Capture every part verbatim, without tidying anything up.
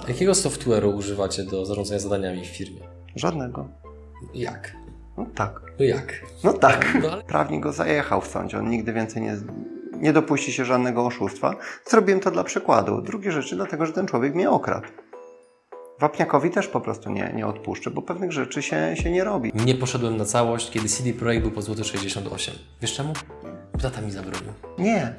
Jakiego software'u używacie do zarządzania zadaniami w firmie? Żadnego. Jak? No tak. No jak? No tak. No, ale... Prawnik go zajechał w sądzie. On nigdy więcej nie, nie dopuści się żadnego oszustwa. Zrobiłem to dla przykładu. Drugie rzeczy dlatego, że ten człowiek mnie okradł. Wapniakowi też po prostu nie, nie odpuszczę, bo pewnych rzeczy się, się nie robi. Nie poszedłem na całość, kiedy C D Projekt był po złoty sześćdziesiąt osiem. Wiesz czemu? Tata mi zabronił. Nie.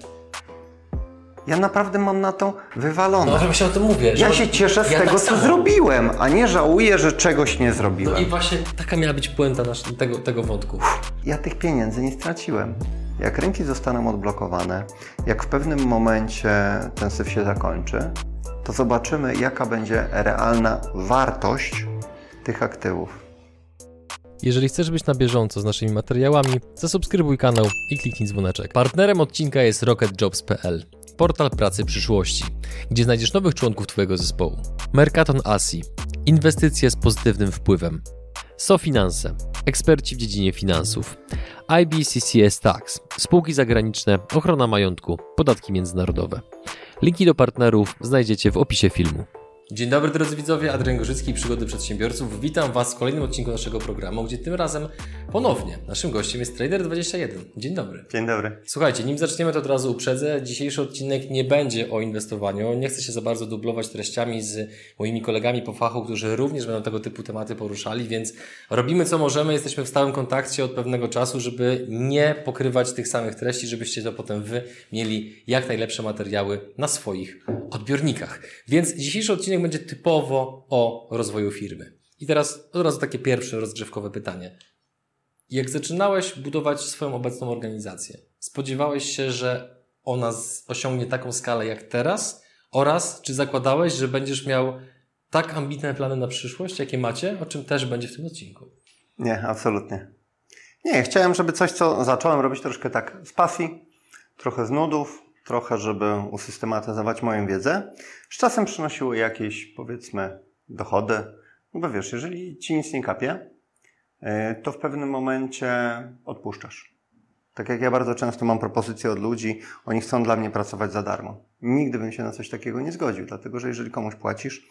Ja naprawdę mam na to wywalone. No właśnie o tym mówię. Ja się cieszę z ja tego, tak co samo. zrobiłem, a nie żałuję, że czegoś nie zrobiłem. No i właśnie taka miała być puenta nasz, tego, tego wątku. Ja tych pieniędzy nie straciłem. Jak rynki zostaną odblokowane, jak w pewnym momencie ten syf się zakończy, to zobaczymy, jaka będzie realna wartość tych aktywów. Jeżeli chcesz być na bieżąco z naszymi materiałami, zasubskrybuj kanał i kliknij dzwoneczek. Partnerem odcinka jest rocket jobs kropka p l, portal pracy przyszłości, gdzie znajdziesz nowych członków Twojego zespołu. Mercaton A S I, inwestycje z pozytywnym wpływem. SoFinanse, eksperci w dziedzinie finansów. I B C C S Tax, spółki zagraniczne, ochrona majątku, podatki międzynarodowe. Linki do partnerów znajdziecie w opisie filmu. Dzień dobry drodzy widzowie, Adrian Gorzycki i Przygody Przedsiębiorców. Witam Was w kolejnym odcinku naszego programu, gdzie tym razem ponownie naszym gościem jest Trader dwadzieścia jeden. Dzień dobry. Dzień dobry. Słuchajcie, nim zaczniemy, to od razu uprzedzę. Dzisiejszy odcinek nie będzie o inwestowaniu. Nie chcę się za bardzo dublować treściami z moimi kolegami po fachu, którzy również będą tego typu tematy poruszali, więc robimy co możemy. Jesteśmy w stałym kontakcie od pewnego czasu, żeby nie pokrywać tych samych treści, żebyście to potem Wy mieli jak najlepsze materiały na swoich odbiornikach. Więc dzisiejszy odcinek będzie typowo o rozwoju firmy. I teraz od razu takie pierwsze rozgrzewkowe pytanie. Jak zaczynałeś budować swoją obecną organizację, spodziewałeś się, że ona osiągnie taką skalę jak teraz? Oraz czy zakładałeś, że będziesz miał tak ambitne plany na przyszłość, jakie macie, o czym też będzie w tym odcinku? Nie, absolutnie. Nie, chciałem, żeby coś, co zacząłem robić troszkę tak z pasji, trochę z nudów, trochę, żeby usystematyzować moją wiedzę. Z czasem przynosiły jakieś, powiedzmy, dochody. No bo wiesz, jeżeli ci nic nie kapie, to w pewnym momencie odpuszczasz. Tak jak ja bardzo często mam propozycje od ludzi, oni chcą dla mnie pracować za darmo. Nigdy bym się na coś takiego nie zgodził, dlatego że jeżeli komuś płacisz,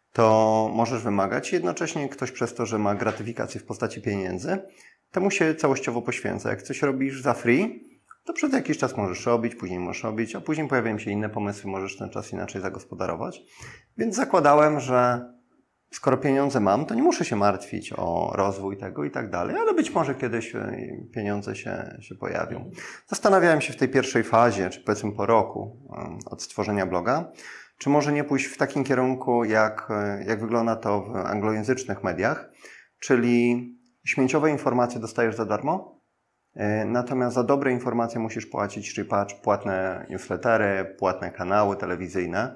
to możesz wymagać. Jednocześnie ktoś przez to, że ma gratyfikację w postaci pieniędzy, temu się całościowo poświęca. Jak coś robisz za free, to przez jakiś czas możesz robić, później możesz robić, a później pojawiają się inne pomysły, możesz ten czas inaczej zagospodarować. Więc zakładałem, że skoro pieniądze mam, to nie muszę się martwić o rozwój tego i tak dalej, ale być może kiedyś pieniądze się, się pojawią. Zastanawiałem się w tej pierwszej fazie, czy powiedzmy po roku od stworzenia bloga, czy może nie pójść w takim kierunku, jak, jak wygląda to w anglojęzycznych mediach, czyli śmieciowe informacje dostajesz za darmo, natomiast za dobre informacje musisz płacić, czyli patrz, płatne newslettery, płatne kanały telewizyjne.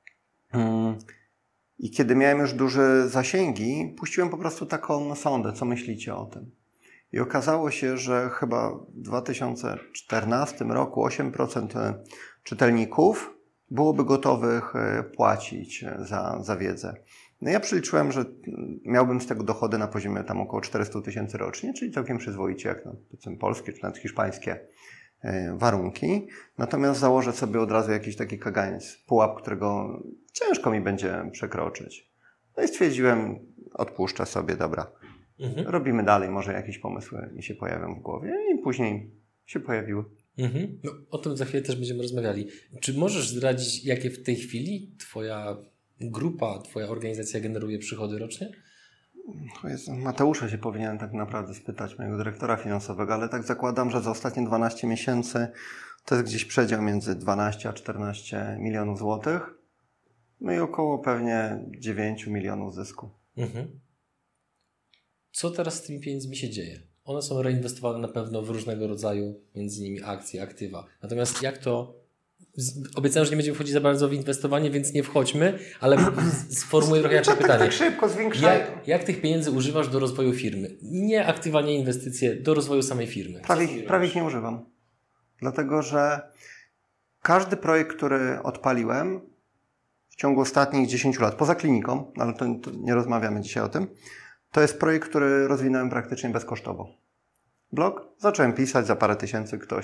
I kiedy miałem już duże zasięgi, puściłem po prostu taką sondę, co myślicie o tym. I okazało się, że chyba w dwa tysiące czternastym roku osiem procent czytelników byłoby gotowych płacić za, za wiedzę. No ja przeliczyłem, że miałbym z tego dochody na poziomie tam około czterysta tysięcy rocznie, czyli całkiem przyzwoicie jak na powiedzmy polskie czy nawet hiszpańskie warunki. Natomiast założę sobie od razu jakiś taki kaganiec, pułap, którego ciężko mi będzie przekroczyć. No i stwierdziłem, odpuszczę sobie, dobra, mhm. robimy dalej, może jakieś pomysły mi się pojawią w głowie i później się pojawiły. Mhm. No, o tym za chwilę też będziemy rozmawiali. Czy możesz zdradzić, jakie w tej chwili Twoja grupa, Twoja organizacja generuje przychody rocznie? Jezu, Mateusza się powinienem tak naprawdę spytać, mojego dyrektora finansowego, ale tak zakładam, że za ostatnie dwanaście miesięcy to jest gdzieś przedział między dwanaście a czternaście milionów złotych, no i około pewnie dziewięć milionów zysku. Mhm. Co teraz z tymi pieniędzmi się dzieje? One są reinwestowane na pewno w różnego rodzaju, między innymi akcje, aktywa. Natomiast jak to... Obiecałem, że nie będziemy wchodzić za bardzo w inwestowanie, więc nie wchodźmy, ale sformułuję trochę inaczej pytanie. Tak szybko, zwiększaj. Jak, jak tych pieniędzy używasz do rozwoju firmy? Nie aktywa, nie inwestycje, do rozwoju samej firmy. Prawie, prawie ich nie używam. Dlatego, że każdy projekt, który odpaliłem w ciągu ostatnich dziesięciu lat, poza kliniką, ale to, to nie rozmawiamy dzisiaj o tym, to jest projekt, który rozwinąłem praktycznie bezkosztowo. Blog zacząłem pisać, za parę tysięcy ktoś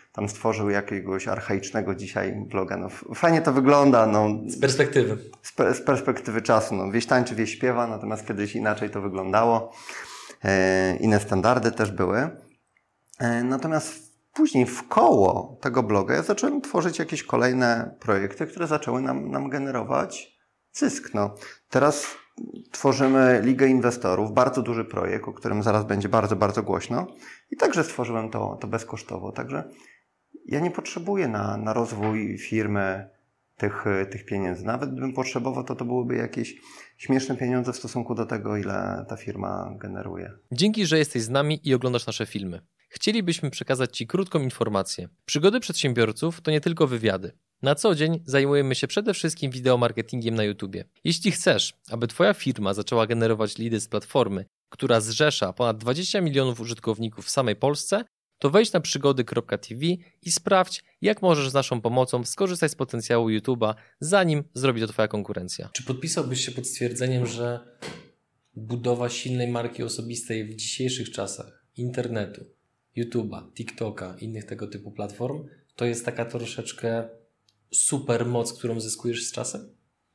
tam stworzył jakiegoś archaicznego dzisiaj bloga. No, fajnie to wygląda. No, z perspektywy. Z, pe- z perspektywy czasu. No, wieś tańczy, wieś śpiewa, natomiast kiedyś inaczej to wyglądało. E, inne standardy też były. E, natomiast później w koło tego bloga ja zacząłem tworzyć jakieś kolejne projekty, które zaczęły nam, nam generować zysk. No, teraz tworzymy Ligę Inwestorów, bardzo duży projekt, o którym zaraz będzie bardzo, bardzo głośno. I także stworzyłem to, to bezkosztowo. Także ja nie potrzebuję na, na rozwój firmy tych, tych pieniędzy. Nawet gdybym potrzebował, to to byłyby jakieś śmieszne pieniądze w stosunku do tego, ile ta firma generuje. Dzięki, że jesteś z nami i oglądasz nasze filmy. Chcielibyśmy przekazać Ci krótką informację. Przygody przedsiębiorców to nie tylko wywiady. Na co dzień zajmujemy się przede wszystkim wideomarketingiem na YouTubie. Jeśli chcesz, aby Twoja firma zaczęła generować lidy z platformy, która zrzesza ponad dwadzieścia milionów użytkowników w samej Polsce, to wejdź na przygody kropka t v i sprawdź, jak możesz z naszą pomocą skorzystać z potencjału YouTube'a, zanim zrobi to Twoja konkurencja. Czy podpisałbyś się pod stwierdzeniem, że budowa silnej marki osobistej w dzisiejszych czasach internetu, YouTube'a, TikToka, innych tego typu platform, to jest taka troszeczkę super moc, którą zyskujesz z czasem?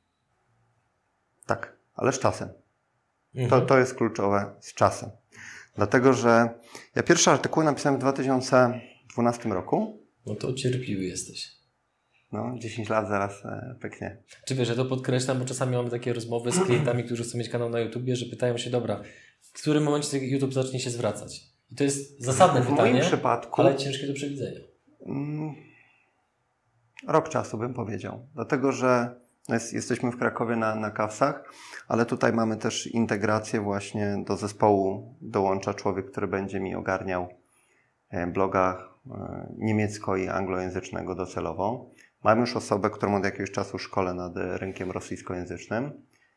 Tak, ale z czasem. Mhm. To, to jest kluczowe, z czasem. Dlatego, że ja pierwszy artykuł napisałem w dwa tysiące dwunastym roku. No to cierpliwy jesteś. No, dziesięć lat zaraz e, pyknie. Czy wiesz, ja to podkreślam, bo czasami mamy takie rozmowy z klientami, którzy chcą mieć kanał na YouTubie, że pytają się, dobra, w którym momencie YouTube zacznie się zwracać? I to jest zasadne w pytanie, moim przypadku, ale ciężkie do przewidzenia. Mm, rok czasu bym powiedział. Dlatego, że jest, jesteśmy w Krakowie na, na Kawsach, ale tutaj mamy też integrację właśnie do zespołu. Dołącza człowiek, który będzie mi ogarniał bloga niemiecko- i anglojęzycznego docelowo. Mam już osobę, którą od jakiegoś czasu szkolę nad rynkiem rosyjskojęzycznym.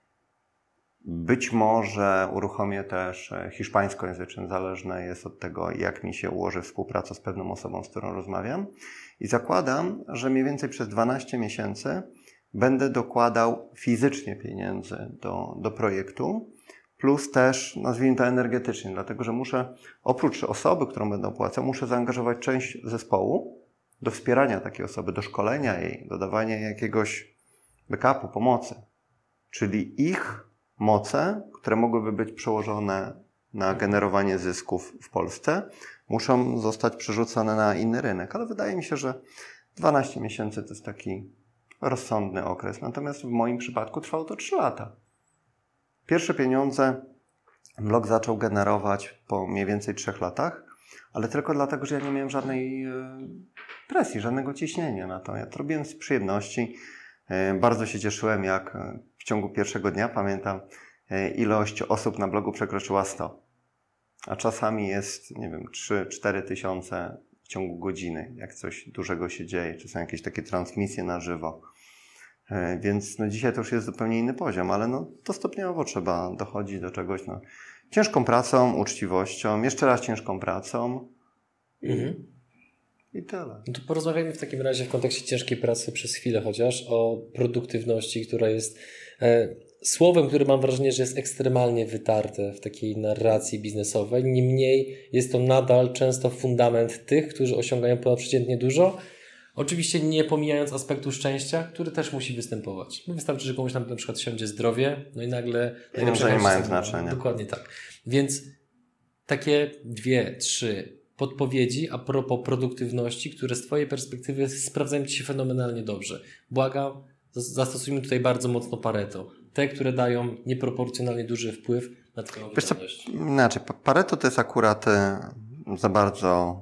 Być może uruchomię też hiszpańskojęzyczny, zależne jest od tego, jak mi się ułoży współpraca z pewną osobą, z którą rozmawiam. I zakładam, że mniej więcej przez dwanaście miesięcy będę dokładał fizycznie pieniędzy do, do projektu, plus też, nazwijmy to energetycznie, dlatego że muszę, oprócz osoby, którą będę opłacał, muszę zaangażować część zespołu do wspierania takiej osoby, do szkolenia jej, do dawania jakiegoś backupu, pomocy. Czyli ich moce, które mogłyby być przełożone na generowanie zysków w Polsce, muszą zostać przerzucone na inny rynek. Ale wydaje mi się, że dwanaście miesięcy to jest taki rozsądny okres. Natomiast w moim przypadku trwało to trzy lata. Pierwsze pieniądze blog zaczął generować po mniej więcej trzech latach, ale tylko dlatego, że ja nie miałem żadnej presji, żadnego ciśnienia na to. Ja to robiłem z przyjemności. Bardzo się cieszyłem, jak w ciągu pierwszego dnia, pamiętam, ilość osób na blogu przekroczyła sto. A czasami jest, nie wiem, trzy cztery tysiące w ciągu godziny, jak coś dużego się dzieje, czy są jakieś takie transmisje na żywo. Więc no dzisiaj to już jest zupełnie inny poziom, ale no to stopniowo trzeba dochodzić do czegoś. No, ciężką pracą, uczciwością, jeszcze raz ciężką pracą i, mhm. i tyle. No to porozmawiajmy w takim razie w kontekście ciężkiej pracy przez chwilę chociaż o produktywności, która jest e, słowem, które mam wrażenie, że jest ekstremalnie wytarte w takiej narracji biznesowej. Niemniej jest to nadal często fundament tych, którzy osiągają ponadprzeciętnie dużo. Oczywiście nie pomijając aspektu szczęścia, który też musi występować. No wystarczy, że komuś tam na przykład siądzie zdrowie, no i nagle... Pieniądze nie mają znaczenia. Dokładnie tak. Więc takie dwie, trzy podpowiedzi a propos produktywności, które z Twojej perspektywy sprawdzają Ci się fenomenalnie dobrze. Błagam, zastosujmy tutaj bardzo mocno Pareto. Te, które dają nieproporcjonalnie duży wpływ na Twoją wydajność. Inaczej, Pareto to jest akurat za bardzo...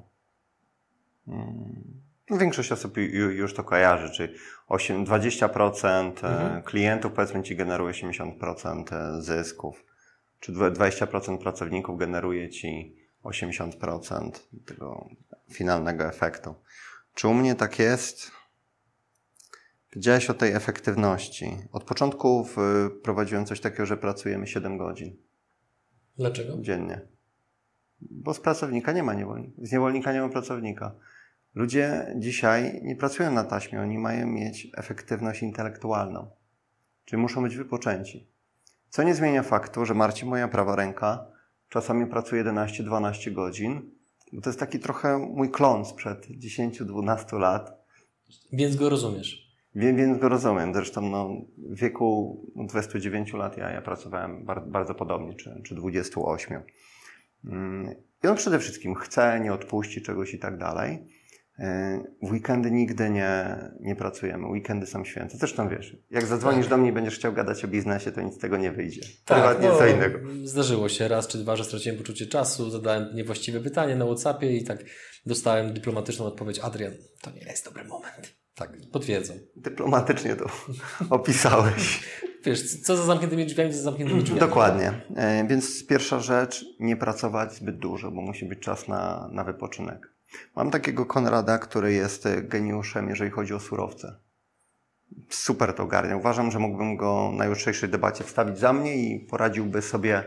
Hmm. Większość osób już to kojarzy, czyli dwadzieścia procent mhm. klientów, powiedzmy Ci, generuje osiemdziesiąt procent zysków, czy dwadzieścia procent pracowników generuje Ci osiemdziesiąt procent tego finalnego efektu. Czy u mnie tak jest? Powiedziałeś o tej efektywności. Od początku wprowadziłem coś takiego, że pracujemy siedem godzin. Dlaczego? Dziennie. Bo z pracownika nie ma niewolnika. Z niewolnika nie ma pracownika. Ludzie dzisiaj nie pracują na taśmie, oni mają mieć efektywność intelektualną. Czyli muszą być wypoczęci. Co nie zmienia faktu, że Marcin, moja prawa ręka, czasami pracuje jedenaście dwanaście godzin, Bo to jest taki trochę mój klon sprzed dziesięć do dwunastu lat. Więc go rozumiesz. Wiem, więc go rozumiem. Zresztą no, w wieku dwudziestu dziewięciu lat ja, ja pracowałem bardzo, bardzo podobnie, czy, czy dwudziestu ośmiu. I on przede wszystkim chce, nie odpuści czegoś i tak dalej. W weekendy nigdy nie, nie pracujemy. Weekendy są święte. Zresztą wiesz, jak zadzwonisz tak. do mnie i będziesz chciał gadać o biznesie, to nic z tego nie wyjdzie. Tak, Prywatnie no, co innego. Zdarzyło się raz czy dwa, że straciłem poczucie czasu, zadałem niewłaściwe pytanie na WhatsAppie i tak dostałem dyplomatyczną odpowiedź: Adrian, to nie jest dobry moment. Tak, potwierdzam. Dyplomatycznie to opisałeś. Wiesz, co za zamkniętymi drzwiami, co za zamkniętymi drzwiami. Dokładnie. E, więc pierwsza rzecz, nie pracować zbyt dużo, bo musi być czas na, na wypoczynek. Mam takiego Konrada, który jest geniuszem, jeżeli chodzi o surowce. Super to ogarnia. Uważam, że mógłbym go na jutrzejszej debacie wstawić za mnie i poradziłby sobie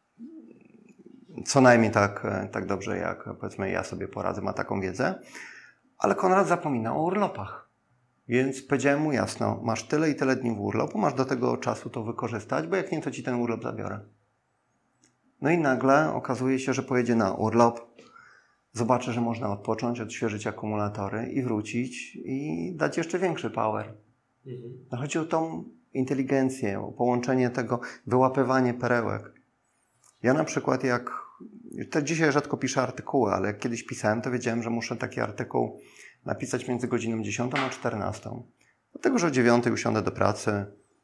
co najmniej tak, tak dobrze, jak powiedzmy ja sobie poradzę. Ma taką wiedzę. Ale Konrad zapomina o urlopach. Więc powiedziałem mu jasno, masz tyle i tyle dni w urlopu, masz do tego czasu to wykorzystać, bo jak nie, to ci ten urlop zabiorę. No i nagle okazuje się, że pojedzie na urlop, zobaczy, że można odpocząć, odświeżyć akumulatory i wrócić i dać jeszcze większy power. Mhm. No chodzi o tą inteligencję, o połączenie tego, wyłapywanie perełek. Ja na przykład jak, to dzisiaj rzadko piszę artykuły, ale jak kiedyś pisałem, to wiedziałem, że muszę taki artykuł napisać między godziną dziesiątą a czternastą. Dlatego, że o dziewiątej usiądę do pracy,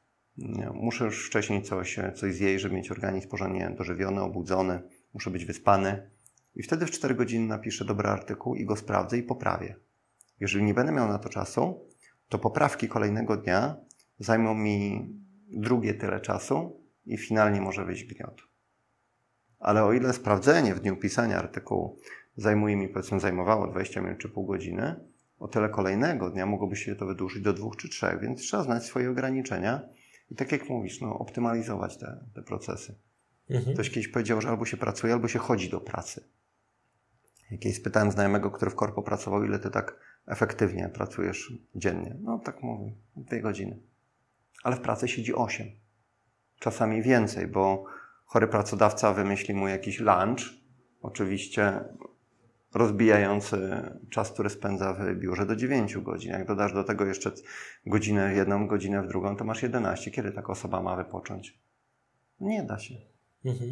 muszę już wcześniej coś, coś zjeść, żeby mieć organizm porządnie dożywiony, obudzony, muszę być wyspany. I wtedy w cztery godziny napiszę dobry artykuł i go sprawdzę i poprawię. Jeżeli nie będę miał na to czasu, to poprawki kolejnego dnia zajmą mi drugie tyle czasu i finalnie może wyjść gniot. Ale o ile sprawdzenie w dniu pisania artykułu zajmuje mi, powiedzmy, zajmowało dwadzieścia minut czy pół godziny, o tyle kolejnego dnia mogłoby się to wydłużyć do dwóch czy trzech, więc trzeba znać swoje ograniczenia i tak jak mówisz, no, optymalizować te, te procesy. Mhm. Ktoś kiedyś powiedział, że albo się pracuje, albo się chodzi do pracy. Jak kiedyś spytałem znajomego, który w korpo pracował, ile ty tak efektywnie pracujesz dziennie. No tak mówi, dwie godziny. Ale w pracy siedzi osiem. Czasami więcej, bo chory pracodawca wymyśli mu jakiś lunch, oczywiście rozbijający czas, który spędza w biurze do dziewięciu godzin. Jak dodasz do tego jeszcze godzinę w jedną, godzinę w drugą, to masz jedenaście. Kiedy taka osoba ma wypocząć? Nie da się. Mhm.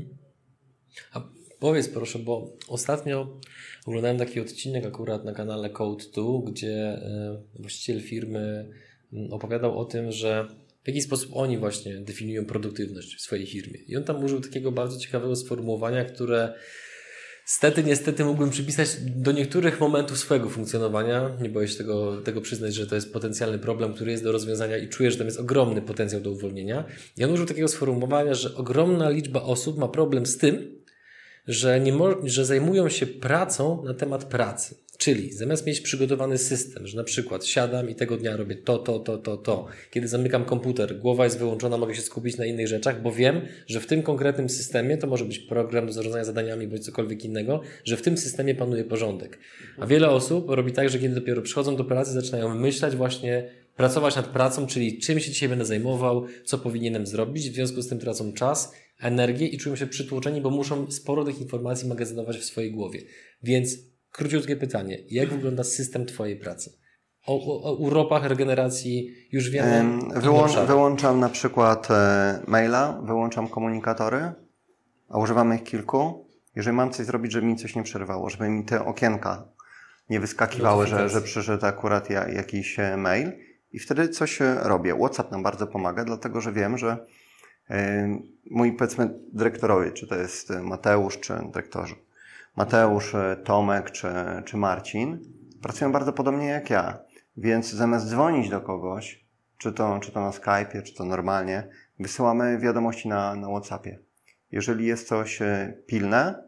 A powiedz proszę, bo ostatnio oglądałem taki odcinek akurat na kanale Code dwa, gdzie właściciel firmy opowiadał o tym, że w jaki sposób oni właśnie definiują produktywność w swojej firmie. I on tam użył takiego bardzo ciekawego sformułowania, które Stety, niestety mógłbym przypisać do niektórych momentów swojego funkcjonowania. Nie boję się tego, tego przyznać, że to jest potencjalny problem, który jest do rozwiązania i czuję, że tam jest ogromny potencjał do uwolnienia. I on użył takiego sformułowania, że ogromna liczba osób ma problem z tym, że, nie mo- że zajmują się pracą na temat pracy. Czyli zamiast mieć przygotowany system, że na przykład siadam i tego dnia robię to, to, to, to, to. Kiedy zamykam komputer, głowa jest wyłączona, mogę się skupić na innych rzeczach, bo wiem, że w tym konkretnym systemie, to może być program do zarządzania zadaniami bądź cokolwiek innego, że w tym systemie panuje porządek. A wiele osób robi tak, że kiedy dopiero przychodzą do pracy, zaczynają myśleć właśnie, pracować nad pracą, czyli czym się dzisiaj będę zajmował, co powinienem zrobić, w związku z tym tracą czas, energię i czują się przytłoczeni, bo muszą sporo tych informacji magazynować w swojej głowie. Więc króciutkie pytanie. Jak wygląda system Twojej pracy? O, o, o urlopach, regeneracji już wiemy. Wyłącz, wyłączam na przykład e, maila, wyłączam komunikatory, a używam ich kilku. Jeżeli mam coś zrobić, żeby mi coś nie przerwało, żeby mi te okienka nie wyskakiwały, że, że przyszedł akurat ja, jakiś mail i wtedy coś robię. WhatsApp nam bardzo pomaga, dlatego że wiem, że e, moi, powiedzmy, dyrektorowie, czy to jest Mateusz, czy dyrektorzy, Mateusz, Tomek czy, czy Marcin pracują bardzo podobnie jak ja, więc zamiast dzwonić do kogoś, czy to, czy to na Skype'ie, czy to normalnie, wysyłamy wiadomości na, na WhatsAppie. Jeżeli jest coś pilne,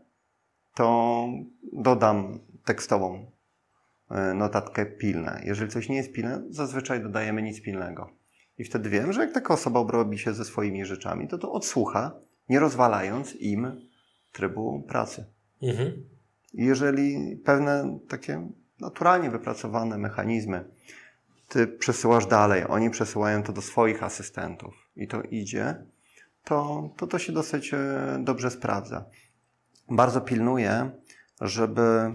to dodam tekstową notatkę pilne. Jeżeli coś nie jest pilne, zazwyczaj dodajemy nic pilnego. I wtedy wiem, że jak taka osoba obrobi się ze swoimi rzeczami, to to odsłucha, nie rozwalając im trybu pracy. Mhm. Jeżeli pewne takie naturalnie wypracowane mechanizmy ty przesyłasz dalej, oni przesyłają to do swoich asystentów i to idzie, to to, to się dosyć dobrze sprawdza. Bardzo pilnuję, żeby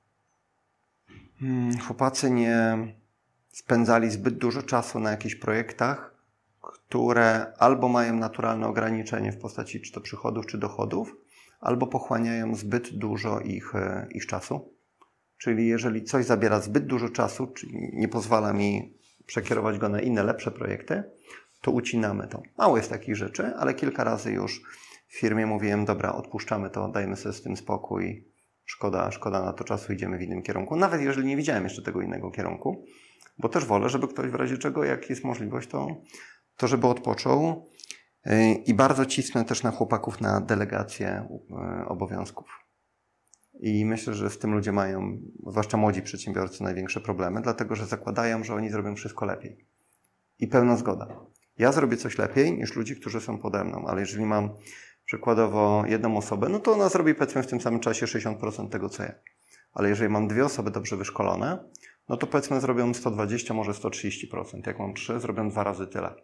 hmm, chłopacy nie spędzali zbyt dużo czasu na jakichś projektach, które albo mają naturalne ograniczenie w postaci czy to przychodów, czy dochodów, albo pochłaniają zbyt dużo ich, ich czasu. Czyli jeżeli coś zabiera zbyt dużo czasu, czyli nie pozwala mi przekierować go na inne, lepsze projekty, to ucinamy to. Mało jest takich rzeczy, ale kilka razy już w firmie mówiłem, dobra, odpuszczamy to, dajmy sobie z tym spokój, szkoda, szkoda na to czasu, idziemy w innym kierunku. Nawet jeżeli nie widziałem jeszcze tego innego kierunku, bo też wolę, żeby ktoś w razie czego, jak jest możliwość, to, to żeby odpoczął. I bardzo cisnę też na chłopaków na delegację obowiązków. I myślę, że z tym ludzie mają, zwłaszcza młodzi przedsiębiorcy, największe problemy, dlatego że zakładają, że oni zrobią wszystko lepiej. I pełna zgoda. Ja zrobię coś lepiej niż ludzie, którzy są pode mną, ale jeżeli mam przykładowo jedną osobę, no to ona zrobi powiedzmy w tym samym czasie sześćdziesiąt procent tego, co ja. Ale jeżeli mam dwie osoby dobrze wyszkolone, no to powiedzmy zrobią sto dwadzieścia, może sto trzydzieści procent. Jak mam trzy, zrobią dwa razy tyle.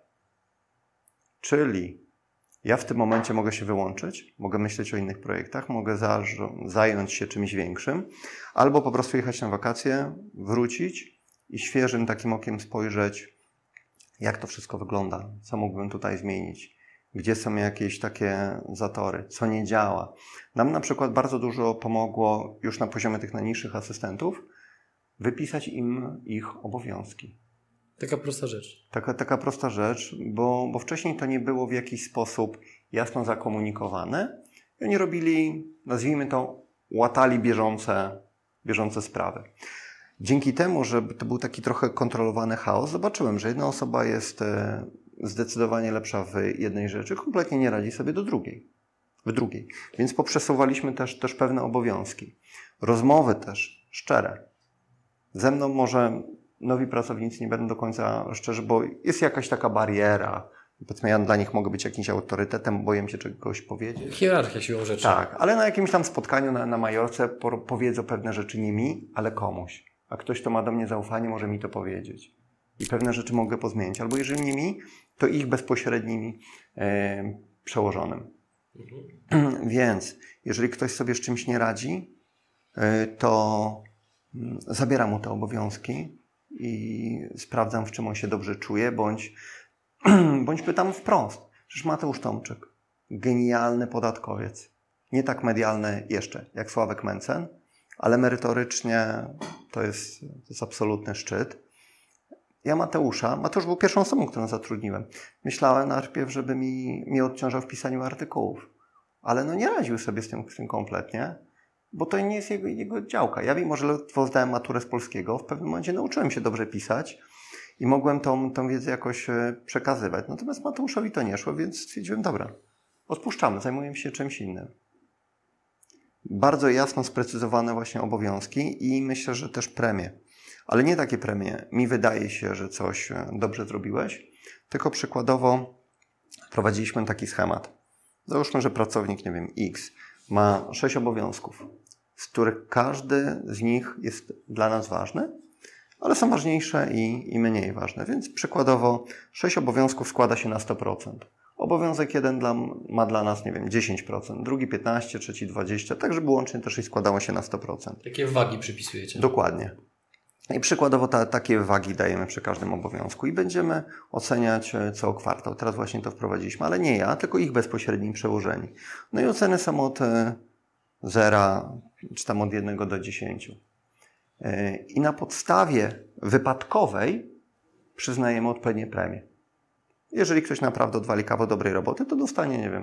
Czyli ja w tym momencie mogę się wyłączyć, mogę myśleć o innych projektach, mogę za, zająć się czymś większym, albo po prostu jechać na wakacje, wrócić i świeżym takim okiem spojrzeć, jak to wszystko wygląda, co mógłbym tutaj zmienić, gdzie są jakieś takie zatory, co nie działa. Nam na przykład bardzo dużo pomogło już na poziomie tych najniższych asystentów wypisać im ich obowiązki. Taka prosta rzecz. Taka, taka prosta rzecz, bo, bo wcześniej to nie było w jakiś sposób jasno zakomunikowane i oni robili, nazwijmy to, łatali bieżące, bieżące sprawy. Dzięki temu, że to był taki trochę kontrolowany chaos, zobaczyłem, że jedna osoba jest zdecydowanie lepsza w jednej rzeczy, kompletnie nie radzi sobie do drugiej, w drugiej. Więc poprzesuwaliśmy też, też pewne obowiązki. Rozmowy też szczere. Ze mną może nowi pracownicy nie będą do końca szczerzy, bo jest jakaś taka bariera. Powiedzmy, ja dla nich mogę być jakimś autorytetem, boję się czegoś powiedzieć. Hierarchia siłą rzeczy. Tak, ale na jakimś tam spotkaniu na, na Majorce po, powiedzą pewne rzeczy nie mi, ale komuś. A ktoś, kto ma do mnie zaufanie, może mi to powiedzieć. I pewne rzeczy mogę pozmienić. Albo jeżeli nie mi, to ich bezpośrednim e, przełożonym. Mhm. Więc jeżeli ktoś sobie z czymś nie radzi, e, to m, zabieram mu te obowiązki i sprawdzam, w czym on się dobrze czuje, bądź, bądź pytam wprost. Przecież Mateusz Tomczyk, genialny podatkowiec. Nie tak medialny jeszcze, jak Sławek Mencen, ale merytorycznie to jest, to jest absolutny szczyt. Ja Mateusza, Mateusz był pierwszą osobą, którą zatrudniłem. Myślałem najpierw, żeby mi, mi odciążał w pisaniu artykułów. Ale no nie radził sobie z tym, z tym kompletnie, bo to nie jest jego, jego działka. Ja mimo, że ledwo zdałem maturę z polskiego, w pewnym momencie nauczyłem się dobrze pisać i mogłem tą, tą wiedzę jakoś przekazywać. Natomiast Mateuszowi to nie szło, więc stwierdziłem, dobra, odpuszczamy, zajmujemy się czymś innym. Bardzo jasno sprecyzowane właśnie obowiązki i myślę, że też premie. Ale nie takie premie. Mi wydaje się, że coś dobrze zrobiłeś, tylko przykładowo prowadziliśmy taki schemat. Załóżmy, że pracownik, nie wiem, X ma sześć obowiązków, z których każdy z nich jest dla nas ważny, ale są ważniejsze i, i mniej ważne. Więc przykładowo sześć obowiązków składa się na sto procent. Obowiązek jeden dla, ma dla nas, nie wiem, dziesięć procent, drugi piętnaście procent, trzeci dwadzieścia procent, tak żeby łącznie też i składało się na sto procent. Jakie wagi przypisujecie? Dokładnie. I przykładowo ta, takie wagi dajemy przy każdym obowiązku i będziemy oceniać co kwartał. Teraz właśnie to wprowadziliśmy, ale nie ja, tylko ich bezpośredni przełożeni. No i oceny są od zera, czy tam od jednego do dziesięciu. I na podstawie wypadkowej przyznajemy odpowiednie premie. Jeżeli ktoś naprawdę odwali kawał dobrej roboty, to dostanie, nie wiem,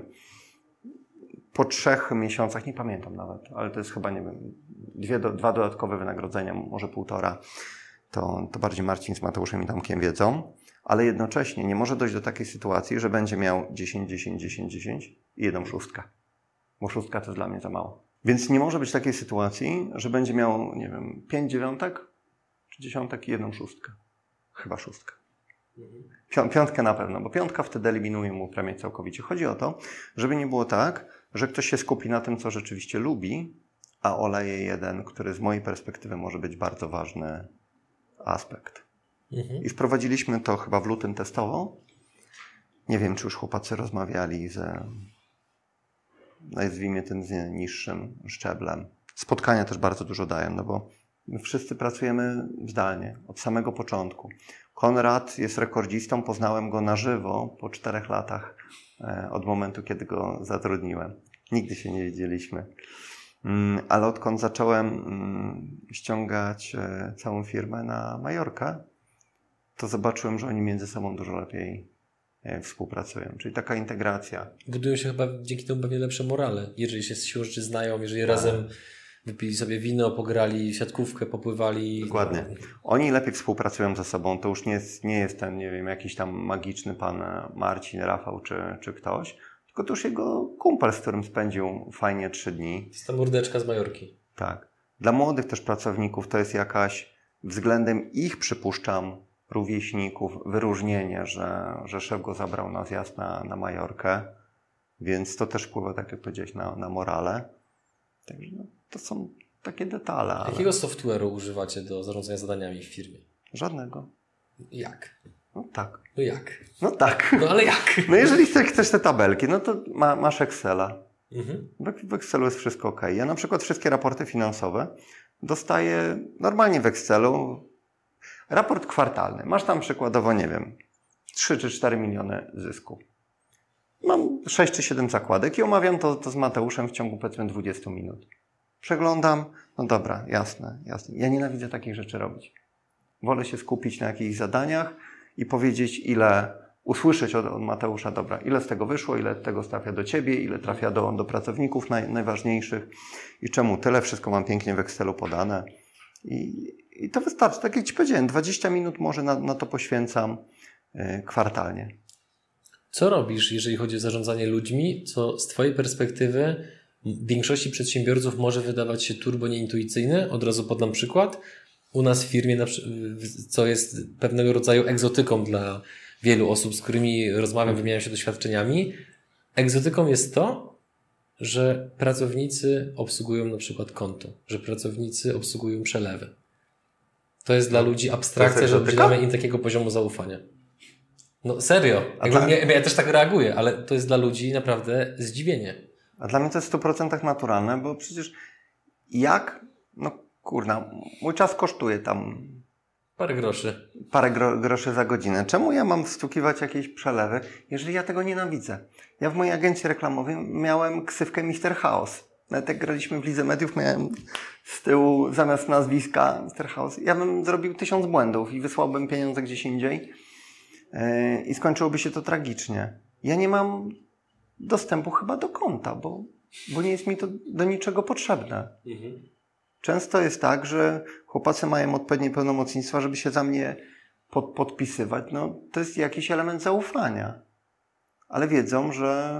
po trzech miesiącach, nie pamiętam nawet, ale to jest chyba, nie wiem, dwie, do, dwa dodatkowe wynagrodzenia, może półtora, to, to bardziej Marcin z Mateuszem i Tomkiem wiedzą, ale jednocześnie nie może dojść do takiej sytuacji, że będzie miał dziesięć, dziesięć, dziesięć, dziesięć i jedną szóstkę, bo szóstka to jest dla mnie za mało. Więc nie może być takiej sytuacji, że będzie miał, nie wiem, pięć dziewiątek, czy dziesiątek i jedną szóstkę. Chyba szóstkę. Piątkę na pewno, bo piątka wtedy eliminuje mu premię całkowicie. Chodzi o to, żeby nie było tak, że ktoś się skupi na tym, co rzeczywiście lubi, a oleje jeden, który z mojej perspektywy może być bardzo ważny aspekt. Mhm. I wprowadziliśmy to chyba w lutym testowo. Nie wiem, czy już chłopacy rozmawiali z, nazwijmy tym, z niższym szczeblem. spotkania też bardzo dużo dają, no bo my wszyscy pracujemy zdalnie od samego początku. Konrad jest rekordzistą, poznałem go na żywo po czterech latach od momentu, kiedy go zatrudniłem. Nigdy się nie widzieliśmy. Ale odkąd zacząłem ściągać całą firmę na Majorkę, to zobaczyłem, że oni między sobą dużo lepiej współpracują. Czyli taka integracja. Budują się chyba dzięki temu pewnie lepsze morale. Jeżeli się siłą rzeczy znają, jeżeli tak. razem wypili sobie wino, pograli siatkówkę, popływali. Dokładnie. Oni lepiej współpracują ze sobą. To już nie jest, nie jest ten, nie wiem, jakiś tam magiczny pan Marcin, Rafał czy, czy ktoś, tylko to już jego kumpel, z którym spędził fajnie trzy dni. Jest ta mordeczka z Majorki. Tak. Dla młodych też pracowników to jest jakaś, względem ich przypuszczam, rówieśników, wyróżnienie, że, że szef go zabrał na zjazd na, na Majorkę, więc to też wpływa, tak jak powiedziałeś, na, na morale. Także no, to są takie detale. Ale... Jakiego software'u używacie do zarządzania zadaniami w firmie? Żadnego. Jak? No tak. No jak? No tak. No ale jak? No jeżeli chcesz te tabelki, no to ma, masz Excela. Mhm. W, w Excelu jest wszystko ok. Ja na przykład wszystkie raporty finansowe dostaję normalnie w Excelu. Raport kwartalny. Masz tam przykładowo, nie wiem, trzy czy cztery miliony zysku. Mam sześć czy siedem zakładek i omawiam to, to z Mateuszem w ciągu powiedzmy dwudziestu minut. Przeglądam, no dobra, jasne, jasne. Ja nienawidzę takich rzeczy robić. Wolę się skupić na jakichś zadaniach i powiedzieć, ile, usłyszeć od, od Mateusza, dobra, ile z tego wyszło, ile tego trafia do ciebie, ile trafia do, do pracowników naj, najważniejszych i czemu tyle. Wszystko mam pięknie w Excelu podane. I, i to wystarczy. Tak jak ci powiedziałem, dwadzieścia minut może na, na to poświęcam yy, kwartalnie. Co robisz, jeżeli chodzi o zarządzanie ludźmi, co z twojej perspektywy większości przedsiębiorców może wydawać się turbo nieintuicyjne? Od razu podam przykład. U nas w firmie, co jest pewnego rodzaju egzotyką dla wielu osób, z którymi rozmawiam, wymieniam się doświadczeniami. Egzotyką jest to, że pracownicy obsługują na przykład konto, że pracownicy obsługują przelewy. To jest dla ludzi abstrakcja, że udzielamy im takiego poziomu zaufania. No serio, jakby dla... mnie, ja też tak reaguję, ale to jest dla ludzi naprawdę zdziwienie. A dla mnie to jest w stu procentach naturalne, bo przecież jak, no kurna, mój czas kosztuje tam... Parę groszy. Parę gro, groszy za godzinę. Czemu ja mam wstukiwać jakieś przelewy, jeżeli ja tego nienawidzę? Ja w mojej agencji reklamowej miałem ksywkę mister Chaos. Nawet jak graliśmy w Lidze Mediów, miałem z tyłu zamiast nazwiska mister Chaos. Ja bym zrobił tysiąc błędów i wysłałbym pieniądze gdzieś indziej yy, i skończyłoby się to tragicznie. Ja nie mam dostępu chyba do konta, bo, bo nie jest mi to do niczego potrzebne. Mhm. Często jest tak, że chłopacy mają odpowiednie pełnomocnictwa, żeby się za mnie pod, podpisywać. No, to jest jakiś element zaufania. Ale wiedzą, że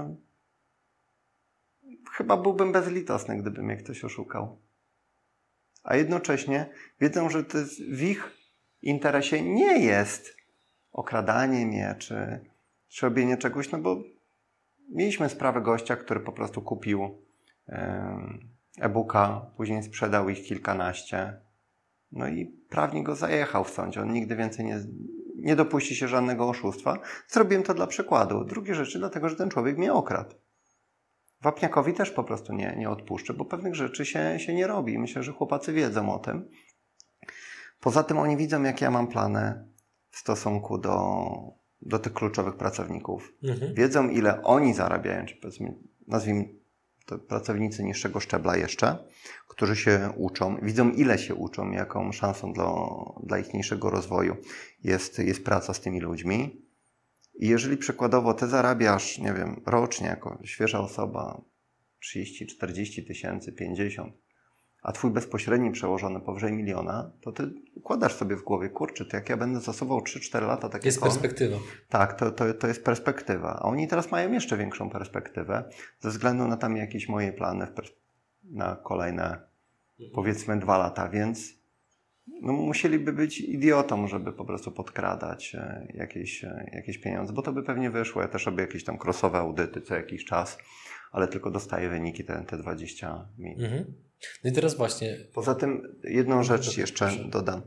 chyba byłbym bezlitosny, gdyby mnie ktoś oszukał. A jednocześnie wiedzą, że to jest w ich interesie nie jest okradanie mnie, czy, czy robienie czegoś, no bo mieliśmy sprawę gościa, który po prostu kupił e-booka, później sprzedał ich kilkanaście. No i prawnik go zajechał w sądzie. On nigdy więcej nie, nie dopuści się żadnego oszustwa. Zrobiłem to dla przykładu. Drugie rzeczy dlatego, że ten człowiek mnie okradł. Wapniakowi też po prostu nie, nie odpuszczę, bo pewnych rzeczy się, się nie robi. Myślę, że chłopacy wiedzą o tym. Poza tym oni widzą, jakie ja mam plany w stosunku do, do tych kluczowych pracowników. Mhm. Wiedzą, ile oni zarabiają, czy powiedzmy, nazwijmy to pracownicy niższego szczebla jeszcze, którzy się uczą. Widzą, ile się uczą, jaką szansą dla, dla ich mniejszego rozwoju jest, jest praca z tymi ludźmi. I jeżeli przykładowo ty zarabiasz, nie wiem, rocznie jako świeża osoba trzydzieści, czterdzieści tysięcy, pięćdziesiąt, a twój bezpośredni przełożony powyżej miliona, to ty układasz sobie w głowie, kurczę, to jak ja będę zasuwał trzy cztery lata, tak jest jak on, perspektywa. Tak, to, to, to jest perspektywa. A oni teraz mają jeszcze większą perspektywę ze względu na tam jakieś moje plany na kolejne, mhm. powiedzmy, dwa lata, więc no, musieliby być idiotą, żeby po prostu podkradać jakieś, jakieś pieniądze, bo to by pewnie wyszło. Ja też robię jakieś tam crossowe audyty co jakiś czas, ale tylko dostaję wyniki te, te dwadzieścia minut. Mhm. No i teraz właśnie... Poza tym jedną rzecz jeszcze dodam.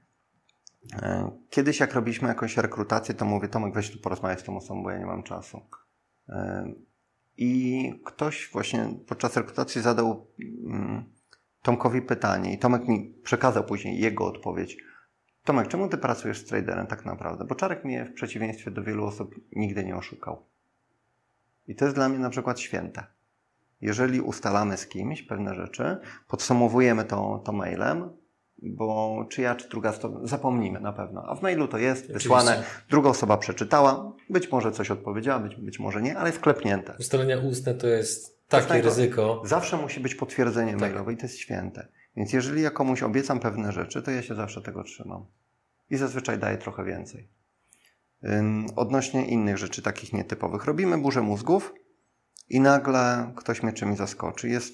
Kiedyś jak robiliśmy jakąś rekrutację, to mówię, Tomek, weź tu porozmawiać z tą osobą, bo ja nie mam czasu. I ktoś właśnie podczas rekrutacji zadał Tomkowi pytanie i Tomek mi przekazał później jego odpowiedź. Tomek, czemu ty pracujesz z traderem tak naprawdę? Bo Czarek mnie w przeciwieństwie do wielu osób nigdy nie oszukał. I to jest dla mnie na przykład święte. Jeżeli ustalamy z kimś pewne rzeczy, podsumowujemy to, to mailem, bo czy ja, czy druga strona, zapomnimy na pewno. A w mailu to jest wysłane, oczywiście. Druga osoba przeczytała, być może coś odpowiedziała, być, być może nie, ale jest klepnięte. Ustalenia ustne to jest takie to ryzyko. Zawsze musi być potwierdzenie tak. mailowe i to jest święte. Więc jeżeli ja komuś obiecam pewne rzeczy, to ja się zawsze tego trzymam. I zazwyczaj daję trochę więcej. Ym, odnośnie innych rzeczy, takich nietypowych. Robimy burzę mózgów i nagle ktoś mnie czymś zaskoczy. Jest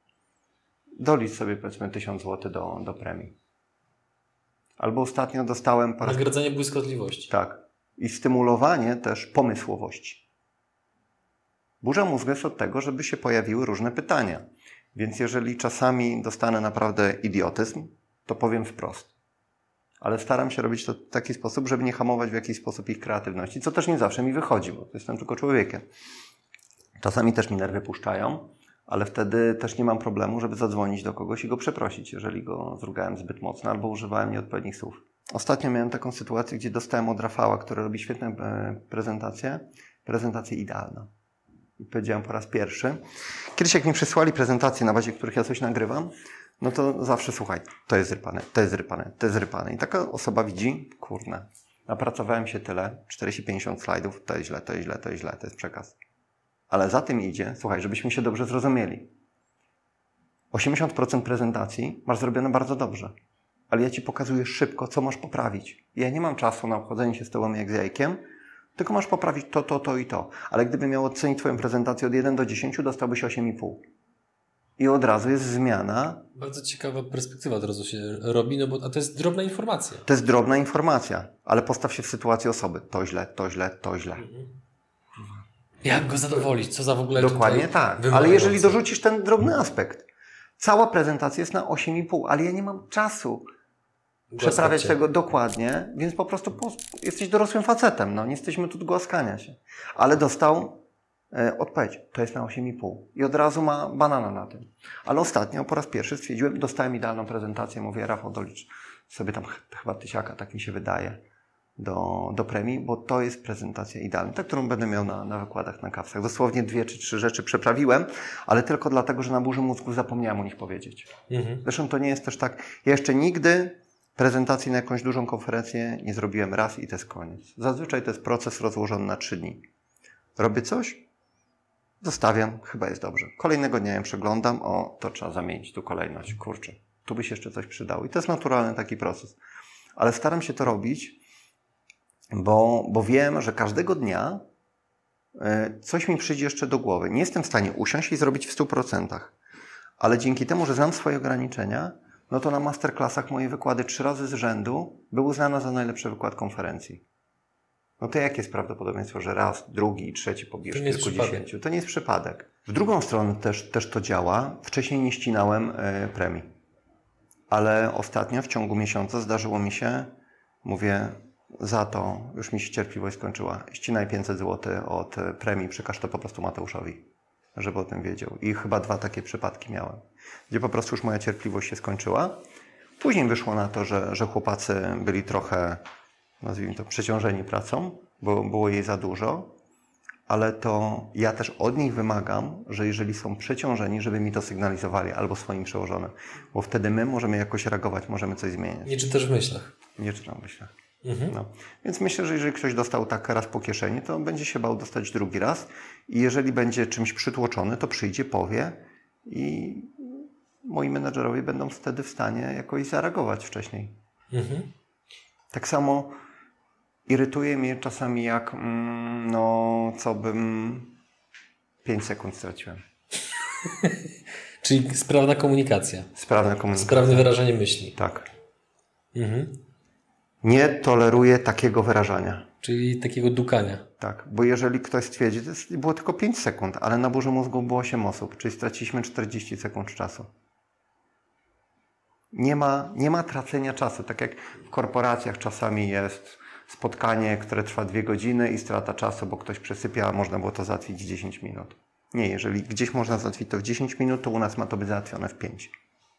dolicz sobie powiedzmy tysiąc złotych do, do premii. Albo ostatnio dostałem... Raz... Nagradzanie błyskotliwości. Tak. I stymulowanie też pomysłowości. Burza mózgu jest od tego, żeby się pojawiły różne pytania. Więc jeżeli czasami dostanę naprawdę idiotyzm, to powiem wprost. Ale staram się robić to w taki sposób, żeby nie hamować w jakiś sposób ich kreatywności, co też nie zawsze mi wychodzi, bo jestem tylko człowiekiem. Czasami też mi nerwy puszczają, ale wtedy też nie mam problemu, żeby zadzwonić do kogoś i go przeprosić, jeżeli go zrugałem zbyt mocno albo używałem nieodpowiednich słów. Ostatnio miałem taką sytuację, gdzie dostałem od Rafała, który robi świetne prezentacje, prezentację idealną. I powiedziałem po raz pierwszy. Kiedyś jak mi przysłali prezentacje, na bazie których ja coś nagrywam, no to zawsze słuchaj, to jest zrypane, to jest zrypane, to jest zrypane. I taka osoba widzi, kurna, napracowałem się tyle, czterdzieści pięćdziesiąt slajdów, to jest źle, to jest źle, to jest źle, to jest przekaz. Ale za tym idzie, słuchaj, żebyśmy się dobrze zrozumieli. osiemdziesiąt procent prezentacji masz zrobione bardzo dobrze, ale ja ci pokazuję szybko, co masz poprawić. Ja nie mam czasu na obchodzenie się z tobą jak z jajkiem, tylko masz poprawić to, to, to i to. Ale gdybym miał ocenić twoją prezentację od jeden do dziesięciu, dostałbyś osiem i pół. I od razu jest zmiana. Bardzo ciekawa perspektywa od razu się robi, no bo a to jest drobna informacja. To jest drobna informacja, ale postaw się w sytuacji osoby. To źle, to źle, to źle. Mhm. Jak go zadowolić? Co za w ogóle Dokładnie tak. Ale jeżeli dorzucisz ten drobny aspekt, cała prezentacja jest na osiem i pół, ale ja nie mam czasu przeprawiać tego dokładnie, więc po prostu po, jesteś dorosłym facetem, no nie jesteśmy tu do głaskania się. Ale dostał e, odpowiedź, to jest na osiem i pół i od razu ma banana na tym. Ale ostatnio po raz pierwszy stwierdziłem, dostałem idealną prezentację, mówię, Rafał, dolicz sobie tam ch- chyba tysiaka, tak mi się wydaje, do, do premii, bo to jest prezentacja idealna, ta, którą będę miał na, na wykładach, na kawsach. Dosłownie dwie czy trzy rzeczy przeprawiłem, ale tylko dlatego, że na burzy mózgu zapomniałem o nich powiedzieć. Mhm. Zresztą to nie jest też tak, ja jeszcze nigdy prezentacji na jakąś dużą konferencję nie zrobiłem raz i to jest koniec. Zazwyczaj to jest proces rozłożony na trzy dni. Robię coś, zostawiam, chyba jest dobrze. Kolejnego dnia ją przeglądam, o, to trzeba zamienić, tu kolejność, kurczę, tu by się jeszcze coś przydało. I to jest naturalny taki proces. Ale staram się to robić, bo, bo wiem, że każdego dnia y, coś mi przyjdzie jeszcze do głowy. Nie jestem w stanie usiąść i zrobić w stu procentach. Ale dzięki temu, że znam swoje ograniczenia, no to na masterclassach moje wykłady trzy razy z rzędu były uznane za najlepszy wykład konferencji. No to jakie jest prawdopodobieństwo, że raz, drugi i trzeci pobijesz kilkudziesięciu? To nie jest przypadek. W drugą stronę też, też to działa. Wcześniej nie ścinałem y, premii. Ale ostatnio w ciągu miesiąca zdarzyło mi się, mówię, za to już mi się cierpliwość skończyła. Ścinaj pięćset złotych od premii, przekaż to po prostu Mateuszowi, żeby o tym wiedział. I chyba dwa takie przypadki miałem, gdzie po prostu już moja cierpliwość się skończyła. Później wyszło na to, że, że chłopacy byli trochę, nazwijmy to, przeciążeni pracą, bo było jej za dużo, ale to ja też od nich wymagam, że jeżeli są przeciążeni, żeby mi to sygnalizowali albo swoim przełożonym, bo wtedy my możemy jakoś reagować, możemy coś zmieniać. Nie czytasz w myślach. Nie czytam w myślach. Mhm. No. Więc myślę, że jeżeli ktoś dostał tak raz po kieszeni, to będzie się bał dostać drugi raz i jeżeli będzie czymś przytłoczony, to przyjdzie, powie i moi menedżerowie będą wtedy w stanie jakoś zareagować wcześniej. Mhm. Tak samo irytuje mnie czasami jak mm, no co bym pięć sekund straciłem. Czyli sprawna komunikacja. Sprawna komunikacja. Sprawne wyrażanie myśli. Tak. Mhm. Nie toleruję takiego wyrażania. Czyli takiego dukania. Tak, bo jeżeli ktoś stwierdzi, to jest, było tylko pięć sekund, ale na burzy mózgu było osiem osób, czyli straciliśmy czterdzieści sekund czasu. Nie ma, nie ma tracenia czasu, tak jak w korporacjach czasami jest spotkanie, które trwa dwie godziny i strata czasu, bo ktoś przesypia, a można było to załatwić w dziesięć minut. Nie, jeżeli gdzieś można załatwić to w dziesięć minut, to u nas ma to być załatwione w pięć.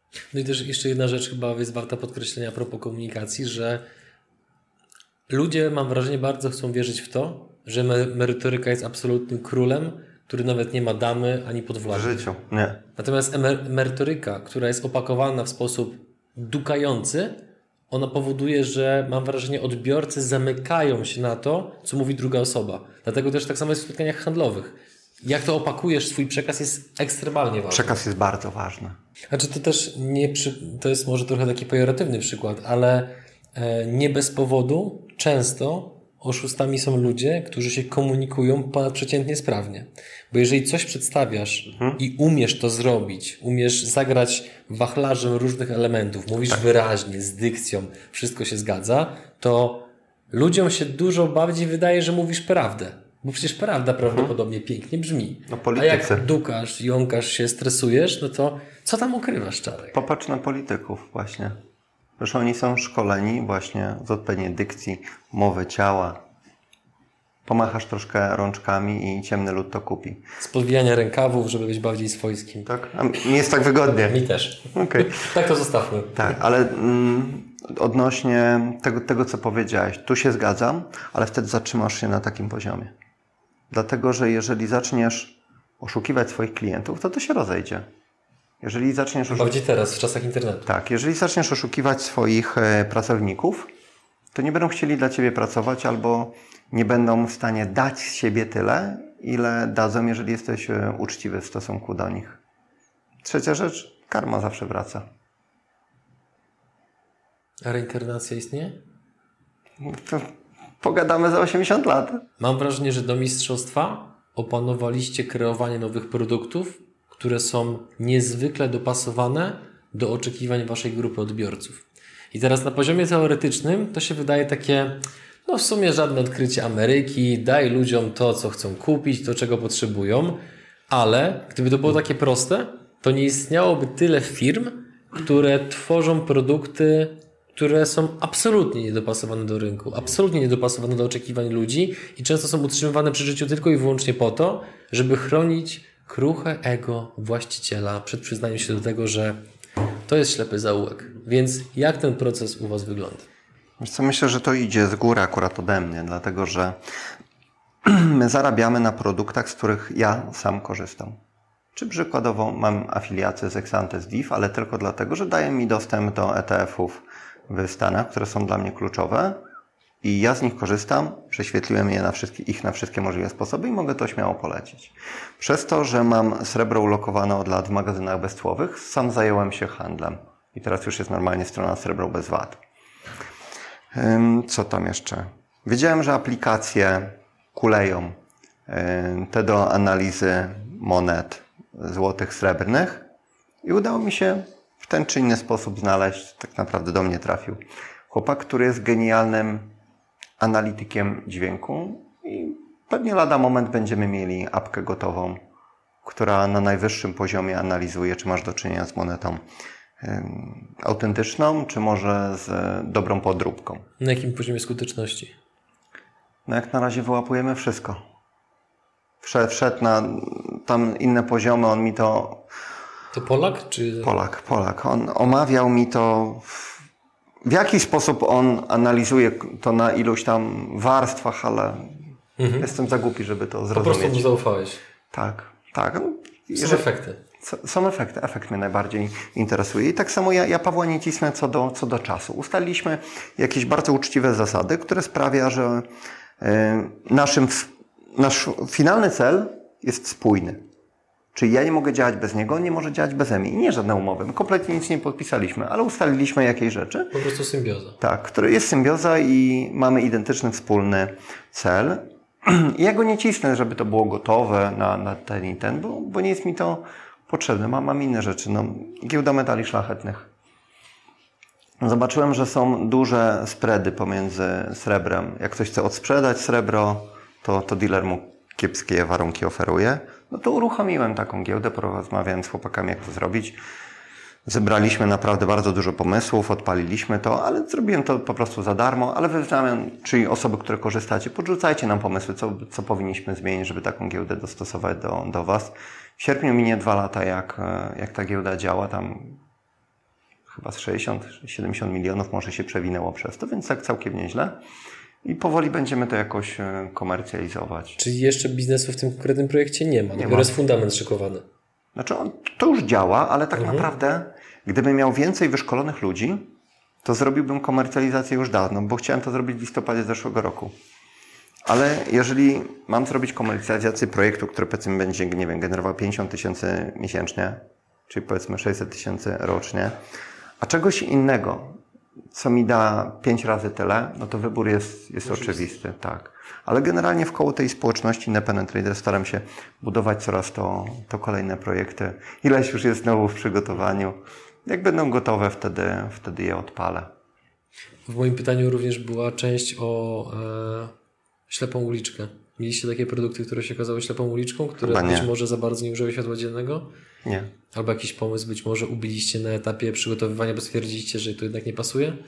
No i też jeszcze jedna rzecz chyba jest warta podkreślenia a propos komunikacji, że ludzie, mam wrażenie, bardzo chcą wierzyć w to, że merytoryka jest absolutnym królem, który nawet nie ma damy ani podwładzy. W życiu, nie. Natomiast emer- merytoryka, która jest opakowana w sposób dukający, ona powoduje, że mam wrażenie, odbiorcy zamykają się na to, co mówi druga osoba. Dlatego też tak samo jest w spotkaniach handlowych. Jak to opakujesz, swój przekaz jest ekstremalnie ważny. Przekaz jest bardzo ważny. Znaczy to też nie, przy... to jest może trochę taki pejoratywny przykład, ale e, nie bez powodu często oszustami są ludzie, którzy się komunikują ponadprzeciętnie sprawnie. Bo jeżeli coś przedstawiasz mhm. i umiesz to zrobić, umiesz zagrać wachlarzem różnych elementów, mówisz tak. wyraźnie, z dykcją, wszystko się zgadza, to ludziom się dużo bardziej wydaje, że mówisz prawdę. Bo przecież prawda prawdopodobnie mhm. pięknie brzmi. No, a jak dukasz, jąkasz się, stresujesz, no to co tam ukrywasz, Czarek? Popatrz na polityków właśnie. Przecież oni są szkoleni właśnie z odpowiedniej dykcji, mowy ciała. Pomachasz troszkę rączkami i ciemny lud to kupi. Z podwijania rękawów, żeby być bardziej swojskim. Tak? A mi jest tak wygodnie. Mi też. Okay. Tak to zostawmy. Tak, ale mm, odnośnie tego, tego, co powiedziałeś, tu się zgadzam, ale wtedy zatrzymasz się na takim poziomie. Dlatego, że jeżeli zaczniesz oszukiwać swoich klientów, to to się rozejdzie. Jeżeli zaczniesz oszukiwać... Bardziej teraz, w czasach internetu. Tak, jeżeli zaczniesz oszukiwać swoich e, pracowników, to nie będą chcieli dla Ciebie pracować albo nie będą w stanie dać z siebie tyle, ile dadzą, jeżeli jesteś e, uczciwy w stosunku do nich. Trzecia rzecz, karma zawsze wraca. A reinkarnacja istnieje? To pogadamy za osiemdziesiąt lat. Mam wrażenie, że do mistrzostwa opanowaliście kreowanie nowych produktów, które są niezwykle dopasowane do oczekiwań waszej grupy odbiorców. I teraz na poziomie teoretycznym to się wydaje takie, no w sumie żadne odkrycie Ameryki, daj ludziom to, co chcą kupić, to, czego potrzebują, ale gdyby to było takie proste, to nie istniałoby tyle firm, które tworzą produkty, które są absolutnie niedopasowane do rynku, absolutnie niedopasowane do oczekiwań ludzi i często są utrzymywane przy życiu tylko i wyłącznie po to, żeby chronić kruche ego właściciela przed przyznaniem się do tego, że to jest ślepy zaułek. Więc jak ten proces u was wygląda? Wiesz co, myślę, że to idzie z góry akurat ode mnie, dlatego że my zarabiamy na produktach, z których ja sam korzystam. Czy przykładowo mam afiliację z Exante, z D I F, ale tylko dlatego, że daje mi dostęp do E T F-ów w Stanach, które są dla mnie kluczowe i ja z nich korzystam, prześwietliłem je na wszystkie, ich na wszystkie możliwe sposoby i mogę to śmiało polecić. Przez to, że mam srebro ulokowane od lat w magazynach bezcłowych, sam zająłem się handlem i teraz już jest normalnie strona srebro bez V A T. Co tam jeszcze? Wiedziałem, że aplikacje kuleją te do analizy monet złotych, srebrnych i udało mi się w ten czy inny sposób znaleźć, tak naprawdę do mnie trafił chłopak, który jest genialnym analitykiem dźwięku i pewnie lada moment będziemy mieli apkę gotową, która na najwyższym poziomie analizuje, czy masz do czynienia z monetą ym, autentyczną, czy może z dobrą podróbką. Na jakim poziomie skuteczności? No jak na razie wyłapujemy wszystko. Wszedł, wszedł na tam inne poziomy, on mi to... To Polak czy... Polak, Polak. On omawiał mi to, w, w jaki sposób on analizuje to na iluś tam warstwach, ale mhm. jestem za głupi, żeby to zrozumieć. Po prostu mu zaufałeś. Tak, tak. Są Jeżeli, efekty. Są efekty. Efekt mnie najbardziej interesuje. I tak samo ja, ja Pawła nie cisnę co do, co do czasu. Ustaliliśmy jakieś bardzo uczciwe zasady, które sprawia, że yy, naszym, nasz finalny cel jest spójny. Czyli ja nie mogę działać bez niego, on nie może działać beze mnie. I nie żadne umowy. My kompletnie nic nie podpisaliśmy, ale ustaliliśmy jakieś rzeczy. Po prostu symbioza. Tak, który jest symbioza i mamy identyczny, wspólny cel. I ja go nie cisnę, żeby to było gotowe na, na ten i ten, bo, bo nie jest mi to potrzebne. Mam, mam inne rzeczy. No, giełda metali szlachetnych. Zobaczyłem, że są duże spready pomiędzy srebrem. Jak ktoś chce odsprzedać srebro, to, to dealer mu kiepskie warunki oferuje. No to uruchomiłem taką giełdę, porozmawiałem z chłopakami, jak to zrobić. Zebraliśmy naprawdę bardzo dużo pomysłów, odpaliliśmy to, ale zrobiłem to po prostu za darmo, ale wy w zamian, czyli osoby, które korzystacie, podrzucajcie nam pomysły, co, co powinniśmy zmienić, żeby taką giełdę dostosować do, do was. W sierpniu minie dwa lata, jak, jak ta giełda działa, tam chyba z sześćdziesiąt siedemdziesiąt milionów może się przewinęło przez to, więc tak całkiem nieźle. I powoli będziemy to jakoś komercjalizować. Czyli jeszcze biznesu w tym konkretnym projekcie nie ma, nie dopiero ma. jest fundament szykowany. Znaczy on, to już działa, ale tak Mhm. naprawdę gdybym miał więcej wyszkolonych ludzi, to zrobiłbym komercjalizację już dawno, bo chciałem to zrobić w listopadzie zeszłego roku. Ale jeżeli mam zrobić komercjalizację projektu, który powiedzmy będzie, nie wiem, generował pięćdziesiąt tysięcy miesięcznie, czyli powiedzmy sześćset tysięcy rocznie, a czegoś innego, co mi da pięć razy tyle, no to wybór jest, jest oczywisty, tak. Ale generalnie wkoło tej społeczności Independent Trader staram się budować coraz to, to kolejne projekty. Ileś już jest znowu w przygotowaniu. Jak będą gotowe, wtedy, wtedy je odpalę. W moim pytaniu również była część o e, ślepą uliczkę. Mieliście takie produkty, które się okazały ślepą uliczką, które Chyba nie. być może za bardzo nie użyły światła dziennego? Nie. Albo jakiś pomysł być może ubiliście na etapie przygotowywania, bo stwierdziliście, że to jednak nie pasuje?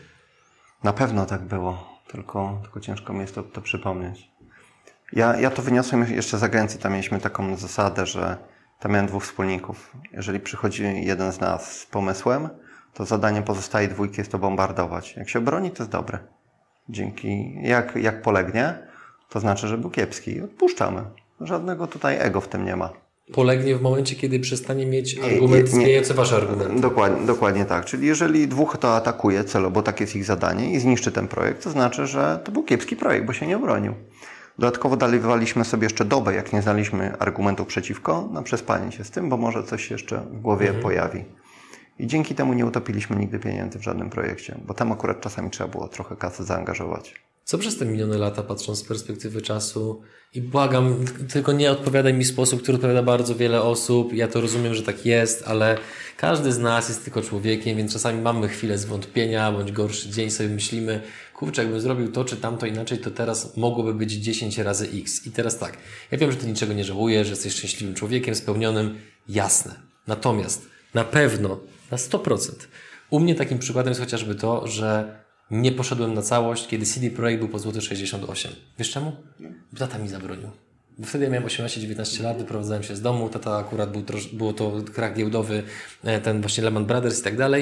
Na pewno tak było, tylko, tylko ciężko mi jest to, to przypomnieć. Ja, ja to wyniosłem jeszcze z agencji, tam mieliśmy taką zasadę, że tam miałem dwóch wspólników. Jeżeli przychodzi jeden z nas z pomysłem, to zadanie pozostałej dwójki jest to bombardować. Jak się obroni, to jest dobre. Dzięki, jak, jak polegnie, to znaczy, że był kiepski. Odpuszczamy. Żadnego tutaj ego w tym nie ma. Polegnie w momencie, kiedy przestanie mieć argument zmieniający wasz argument. Dokładnie, dokładnie tak. Czyli jeżeli dwóch to atakuje celowo, bo takie jest ich zadanie i zniszczy ten projekt, to znaczy, że to był kiepski projekt, bo się nie obronił. Dodatkowo daliwaliśmy sobie jeszcze dobę, jak nie znaliśmy argumentów przeciwko, na przespanie się z tym, bo może coś się jeszcze w głowie mhm. pojawi. I dzięki temu nie utopiliśmy nigdy pieniędzy w żadnym projekcie, bo tam akurat czasami trzeba było trochę kasy zaangażować. Co przez te minione lata, patrząc z perspektywy czasu, i błagam, tylko nie odpowiadaj mi w sposób, który odpowiada bardzo wiele osób, ja to rozumiem, że tak jest, ale każdy z nas jest tylko człowiekiem, więc czasami mamy chwilę zwątpienia, bądź gorszy dzień, sobie myślimy, kurczę, jakbym zrobił to czy tamto inaczej, to teraz mogłoby być dziesięć razy X. I teraz tak, ja wiem, że ty niczego nie żałujesz, że jesteś szczęśliwym człowiekiem, spełnionym, jasne. Natomiast na pewno, na sto procent, u mnie takim przykładem jest chociażby to, że nie poszedłem na całość, kiedy C D Projekt był po złoty sześćdziesiąt osiem. Wiesz czemu? Bo tata mi zabronił. Bo wtedy ja miałem osiemnaście dziewiętnaście lat, wyprowadzałem się z domu, tata akurat był trosz, było to krach giełdowy, ten właśnie Lehman Brothers i tak dalej.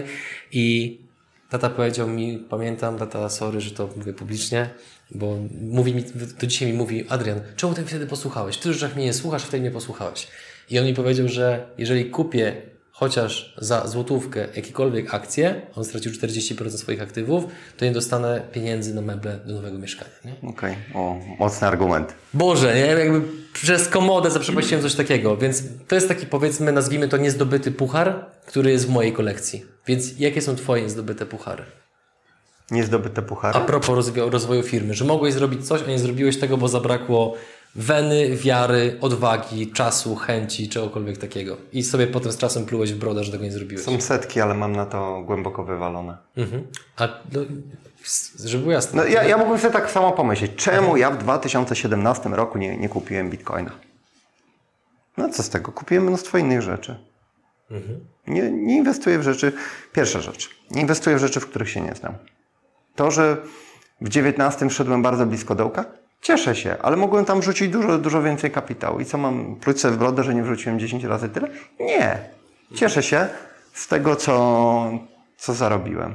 I tata powiedział mi, pamiętam, tata, sorry, że to mówię publicznie, bo mówi mi, to dzisiaj mi mówi, Adrian, czemu ty wtedy posłuchałeś? Ty już jak mnie nie słuchasz, wtedy mnie posłuchałeś. I on mi powiedział, że jeżeli kupię chociaż za złotówkę jakiekolwiek akcje, on stracił czterdzieści procent swoich aktywów, to nie dostanę pieniędzy na meble do nowego mieszkania. Okej, okay. O, mocny argument. Boże, nie? Jakby przez komodę zaprzepaściłem coś takiego, więc to jest taki, powiedzmy, nazwijmy to niezdobyty puchar, który jest w mojej kolekcji. Więc jakie są twoje niezdobyte puchary? Niezdobyte puchary? A propos rozwoju, rozwoju firmy, że mogłeś zrobić coś, a nie zrobiłeś tego, bo zabrakło weny, wiary, odwagi, czasu, chęci, czegokolwiek takiego. I sobie potem z czasem plułeś w brodę, że tego nie zrobiłeś. Są setki, ale mam na to głęboko wywalone. Mhm. A no, żeby było jasne. No, ja, ja mógłbym sobie tak samo pomyśleć. Czemu mhm. ja w dwa tysiące siedemnastym roku nie, nie kupiłem bitcoina? No co z tego? Kupiłem mnóstwo innych rzeczy. Mhm. Nie, nie inwestuję w rzeczy... Pierwsza rzecz. Nie inwestuję w rzeczy, w których się nie znam. To, że w dziewiętnastym szedłem bardzo blisko dołka, cieszę się, ale mogłem tam wrzucić dużo, dużo więcej kapitału. I co, mam pluć sobie w brodę, że nie wrzuciłem dziesięć razy tyle? Nie. Cieszę się z tego, co, co zarobiłem.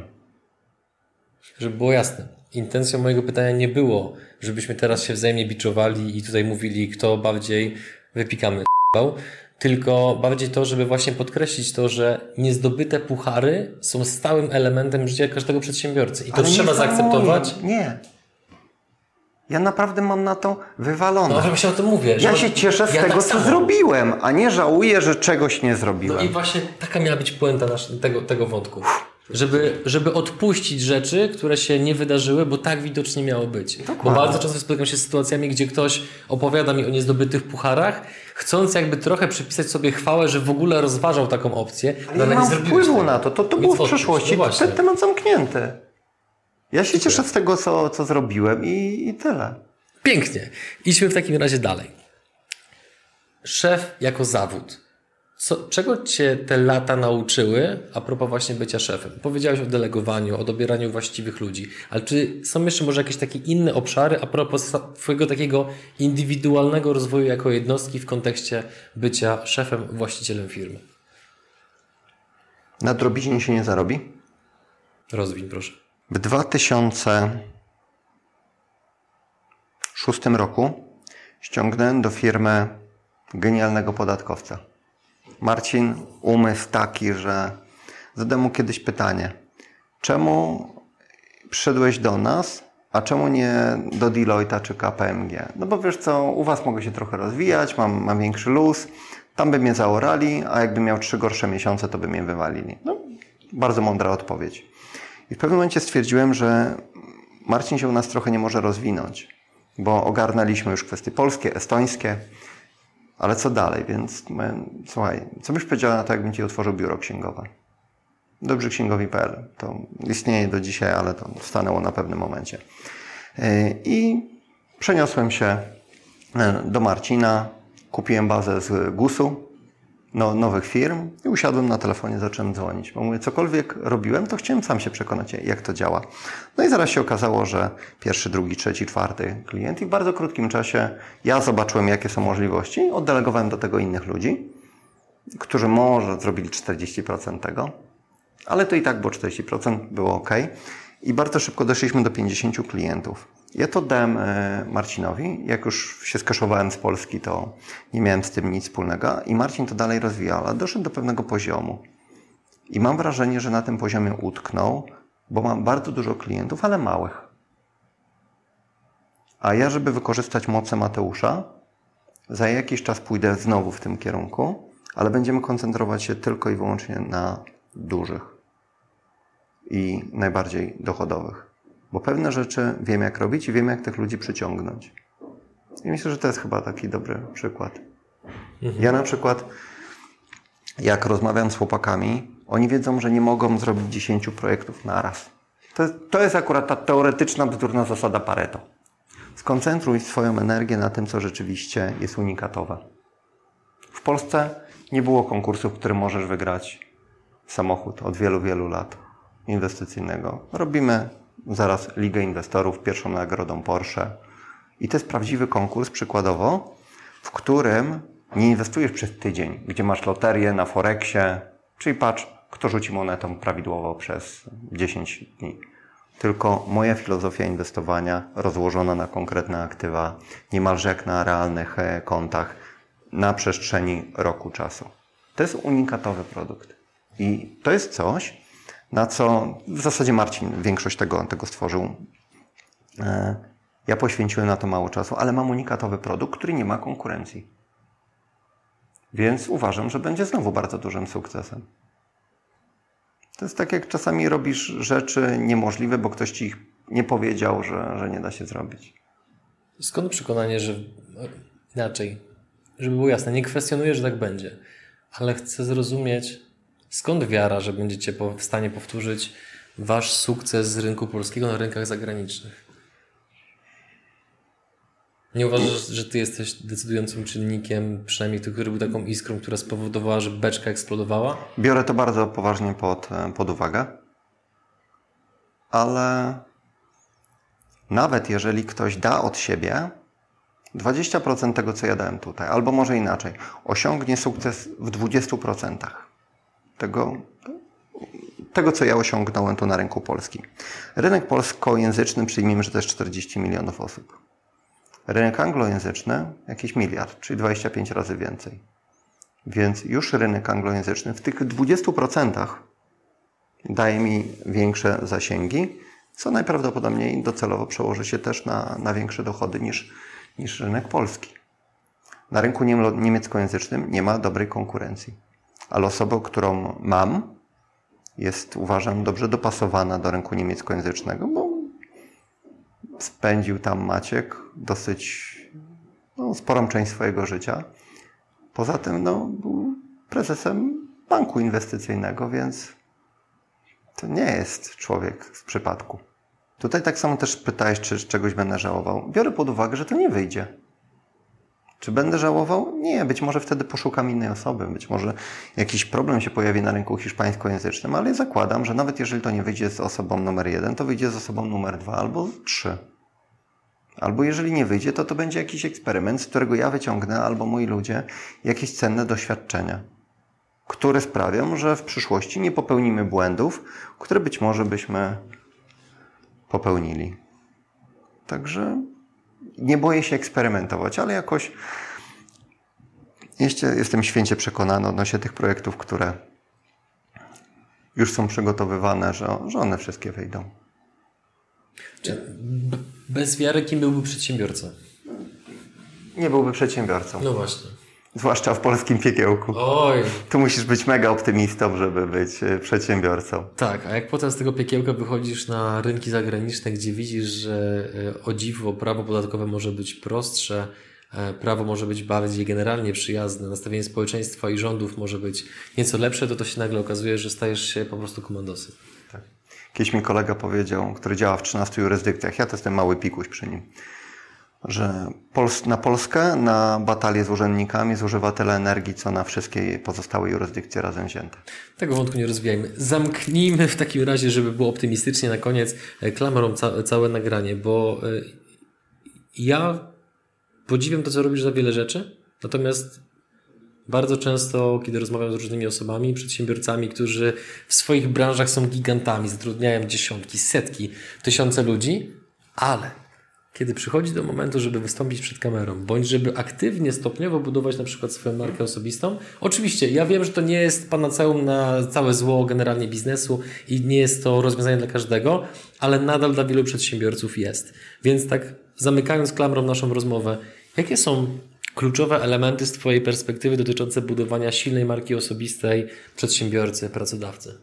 Żeby było jasne, intencją mojego pytania nie było, żebyśmy teraz się wzajemnie biczowali i tutaj mówili, kto bardziej wypikamy tylko bardziej to, żeby właśnie podkreślić to, że niezdobyte puchary są stałym elementem życia każdego przedsiębiorcy. I to ale trzeba zaakceptować. Nie. Ja naprawdę mam na to wywalone. No, właśnie o tym mówię. Ja się cieszę z ja tego, tak co samo. zrobiłem, a nie żałuję, że czegoś nie zrobiłem. No i właśnie taka miała być puenta nasz, tego, tego wątku. Żeby, żeby odpuścić rzeczy, które się nie wydarzyły, bo tak widocznie miało być. Dokładnie. Bo bardzo często spotykam się z sytuacjami, gdzie ktoś opowiada mi o niezdobytych pucharach, chcąc jakby trochę przypisać sobie chwałę, że w ogóle rozważał taką opcję. Ale no, ja nie mam wpływu tego. na to. To, to było w przeszłości. No ten temat zamknięty. Ja się cieszę z tego, co, co zrobiłem i, i tyle. Pięknie. Idźmy w takim razie dalej. Szef jako zawód. Co, czego Cię te lata nauczyły a propos właśnie bycia szefem? Powiedziałeś o delegowaniu, o dobieraniu właściwych ludzi, ale czy są jeszcze może jakieś takie inne obszary a propos Twojego takiego indywidualnego rozwoju jako jednostki w kontekście bycia szefem, właścicielem firmy? Na drobiźnie się nie zarobi. Rozwiń, proszę. W dwa tysiące szóstym roku ściągnąłem do firmy genialnego podatkowca. Marcin, umysł taki, że zadałem mu kiedyś pytanie, czemu przyszedłeś do nas, a czemu nie do Deloitte'a czy K P M G? No bo wiesz co, u was mogę się trochę rozwijać, mam, mam większy luz, tam by mnie zaorali, a jakbym miał trzy gorsze miesiące, to by mnie wywalili. No, bardzo mądra odpowiedź. I w pewnym momencie stwierdziłem, że Marcin się u nas trochę nie może rozwinąć, bo ogarnęliśmy już kwestie polskie, estońskie, ale co dalej? Więc my, słuchaj, co byś powiedziała na to, jakbym ci otworzył biuro księgowe? Dobrzyksięgowi kropka p l. To istnieje do dzisiaj, ale to stanęło na pewnym momencie. I przeniosłem się do Marcina, kupiłem bazę z gusu, no, nowych firm i usiadłem na telefonie, zacząłem dzwonić. Bo mówię, cokolwiek robiłem, to chciałem sam się przekonać, jak to działa. No i zaraz się okazało, że pierwszy, drugi, trzeci, czwarty klient i w bardzo krótkim czasie ja zobaczyłem, jakie są możliwości, oddelegowałem do tego innych ludzi, którzy może zrobili czterdzieści procent tego, ale to i tak było czterdzieści procent, było ok. I bardzo szybko doszliśmy do pięćdziesięciu klientów. Ja to dałem Marcinowi. Jak już się skaszowałem z Polski, to nie miałem z tym nic wspólnego. I Marcin to dalej rozwijał, ale doszedł do pewnego poziomu. I mam wrażenie, że na tym poziomie utknął, bo mam bardzo dużo klientów, ale małych. A ja, żeby wykorzystać moce Mateusza, za jakiś czas pójdę znowu w tym kierunku, ale będziemy koncentrować się tylko i wyłącznie na dużych i najbardziej dochodowych. Bo pewne rzeczy wiem, jak robić i wiem, jak tych ludzi przyciągnąć. I myślę, że to jest chyba taki dobry przykład. Mhm. Ja na przykład, jak rozmawiam z chłopakami, oni wiedzą, że nie mogą zrobić dziesięciu projektów naraz. To, to jest akurat ta teoretyczna, bzdurna zasada Pareto. Skoncentruj swoją energię na tym, co rzeczywiście jest unikatowe. W Polsce nie było konkursu, w którym możesz wygrać samochód od wielu, wielu lat inwestycyjnego. Robimy zaraz Ligę Inwestorów, pierwszą nagrodą Porsche. I to jest prawdziwy konkurs, przykładowo, w którym nie inwestujesz przez tydzień, gdzie masz loterię na Forexie, czyli patrz, kto rzuci monetą prawidłowo przez dziesięć dni. Tylko moja filozofia inwestowania rozłożona na konkretne aktywa, niemalże jak na realnych kontach, na przestrzeni roku czasu. To jest unikatowy produkt. I to jest coś, na co w zasadzie Marcin większość tego, tego stworzył. Ja poświęciłem na to mało czasu, ale mam unikatowy produkt, który nie ma konkurencji. Więc uważam, że będzie znowu bardzo dużym sukcesem. To jest tak, jak czasami robisz rzeczy niemożliwe, bo ktoś ci ich nie powiedział, że, że nie da się zrobić. Skąd przekonanie, że inaczej, żeby było jasne, nie kwestionuję, że tak będzie, ale chcę zrozumieć, skąd wiara, że będziecie w stanie powtórzyć wasz sukces z rynku polskiego na rynkach zagranicznych? Nie uważasz, że ty jesteś decydującym czynnikiem, przynajmniej ty, który był taką iskrą, która spowodowała, że beczka eksplodowała? Biorę to bardzo poważnie pod, pod uwagę, ale nawet jeżeli ktoś da od siebie dwadzieścia procent tego, co ja dałem tutaj, albo może inaczej, osiągnie sukces w dwudziestu procentach tego, tego, co ja osiągnąłem tu na rynku polskim. Rynek polskojęzyczny, przyjmijmy, że to jest czterdzieści milionów osób. Rynek anglojęzyczny jakiś miliard, czyli dwadzieścia pięć razy więcej. Więc już rynek anglojęzyczny w tych dwudziestu procentach daje mi większe zasięgi, co najprawdopodobniej docelowo przełoży się też na, na większe dochody niż, niż rynek polski. Na rynku niemieckojęzycznym nie ma dobrej konkurencji, ale osobą, którą mam, jest, uważam, dobrze dopasowana do rynku niemieckojęzycznego, bo spędził tam Maciek dosyć no, sporą część swojego życia. Poza tym no, był prezesem banku inwestycyjnego, więc to nie jest człowiek z przypadku. Tutaj tak samo też pytałeś, czy czegoś będę żałował. Biorę pod uwagę, że to nie wyjdzie. Czy będę żałował? Nie, być może wtedy poszukam innej osoby, być może jakiś problem się pojawi na rynku hiszpańskojęzycznym, ale zakładam, że nawet jeżeli to nie wyjdzie z osobą numer jeden, to wyjdzie z osobą numer dwa albo trzy. Albo jeżeli nie wyjdzie, to to będzie jakiś eksperyment, z którego ja wyciągnę albo moi ludzie jakieś cenne doświadczenia, które sprawią, że w przyszłości nie popełnimy błędów, które być może byśmy popełnili. Także nie boję się eksperymentować, ale jakoś jeszcze jestem święcie przekonany odnośnie tych projektów, które już są przygotowywane, że, że one wszystkie wyjdą. Czy bez wiary kim byłby przedsiębiorca? Nie byłby przedsiębiorcą. No właśnie. Zwłaszcza w polskim piekiełku. Oj. Tu musisz być mega optymistą, żeby być przedsiębiorcą. Tak, a jak potem z tego piekiełka wychodzisz na rynki zagraniczne, gdzie widzisz, że o dziwo prawo podatkowe może być prostsze, prawo może być bardziej generalnie przyjazne, nastawienie społeczeństwa i rządów może być nieco lepsze, to to się nagle okazuje, że stajesz się po prostu komandosem. Tak. Kiedyś mi kolega powiedział, który działa w trzynastu jurysdykcjach, ja to jestem mały pikuś przy nim, że Pols- na Polskę, na batalię z urzędnikami zużywa tyle energii, co na wszystkie pozostałe jurysdykcje razem wzięte. Tego wątku nie rozwijajmy. Zamknijmy w takim razie, żeby było optymistycznie na koniec, klamrą ca- całe nagranie, bo y, ja podziwiam to, co robisz za wiele rzeczy, natomiast bardzo często, kiedy rozmawiam z różnymi osobami, przedsiębiorcami, którzy w swoich branżach są gigantami, zatrudniają dziesiątki, setki, tysiące ludzi, ale kiedy przychodzi do momentu, żeby wystąpić przed kamerą, bądź żeby aktywnie, stopniowo budować na przykład swoją markę osobistą. Oczywiście, ja wiem, że to nie jest panaceum na całe zło generalnie biznesu i nie jest to rozwiązanie dla każdego, ale nadal dla wielu przedsiębiorców jest. Więc tak zamykając klamrą naszą rozmowę, jakie są kluczowe elementy z Twojej perspektywy dotyczące budowania silnej marki osobistej przedsiębiorcy, pracodawcy?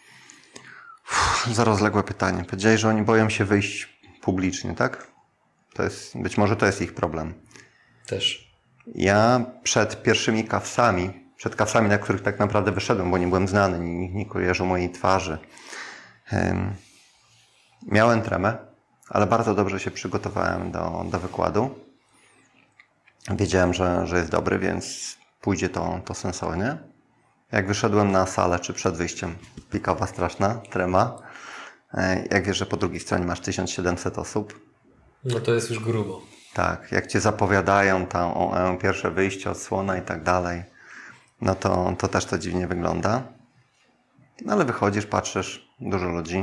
Uff, za rozległe pytanie. Powiedziałeś, że oni boją się wyjść publicznie, tak? To jest, być może to jest ich problem. Też. Ja przed pierwszymi kawsami, przed kawsami, na których tak naprawdę wyszedłem, bo nie byłem znany, nikt nie kojarzył mojej twarzy, um, miałem tremę, ale bardzo dobrze się przygotowałem do, do wykładu. Wiedziałem, że, że jest dobry, więc pójdzie to, to sensownie. Jak wyszedłem na salę, czy przed wyjściem, pikowa straszna, trema. Jak wiesz, że po drugiej stronie masz tysiąc siedemset osób. No to jest już grubo. Tak, jak cię zapowiadają tam o, o pierwsze wyjście, odsłona i tak dalej, no to, to też to dziwnie wygląda. No ale wychodzisz, patrzysz, dużo ludzi.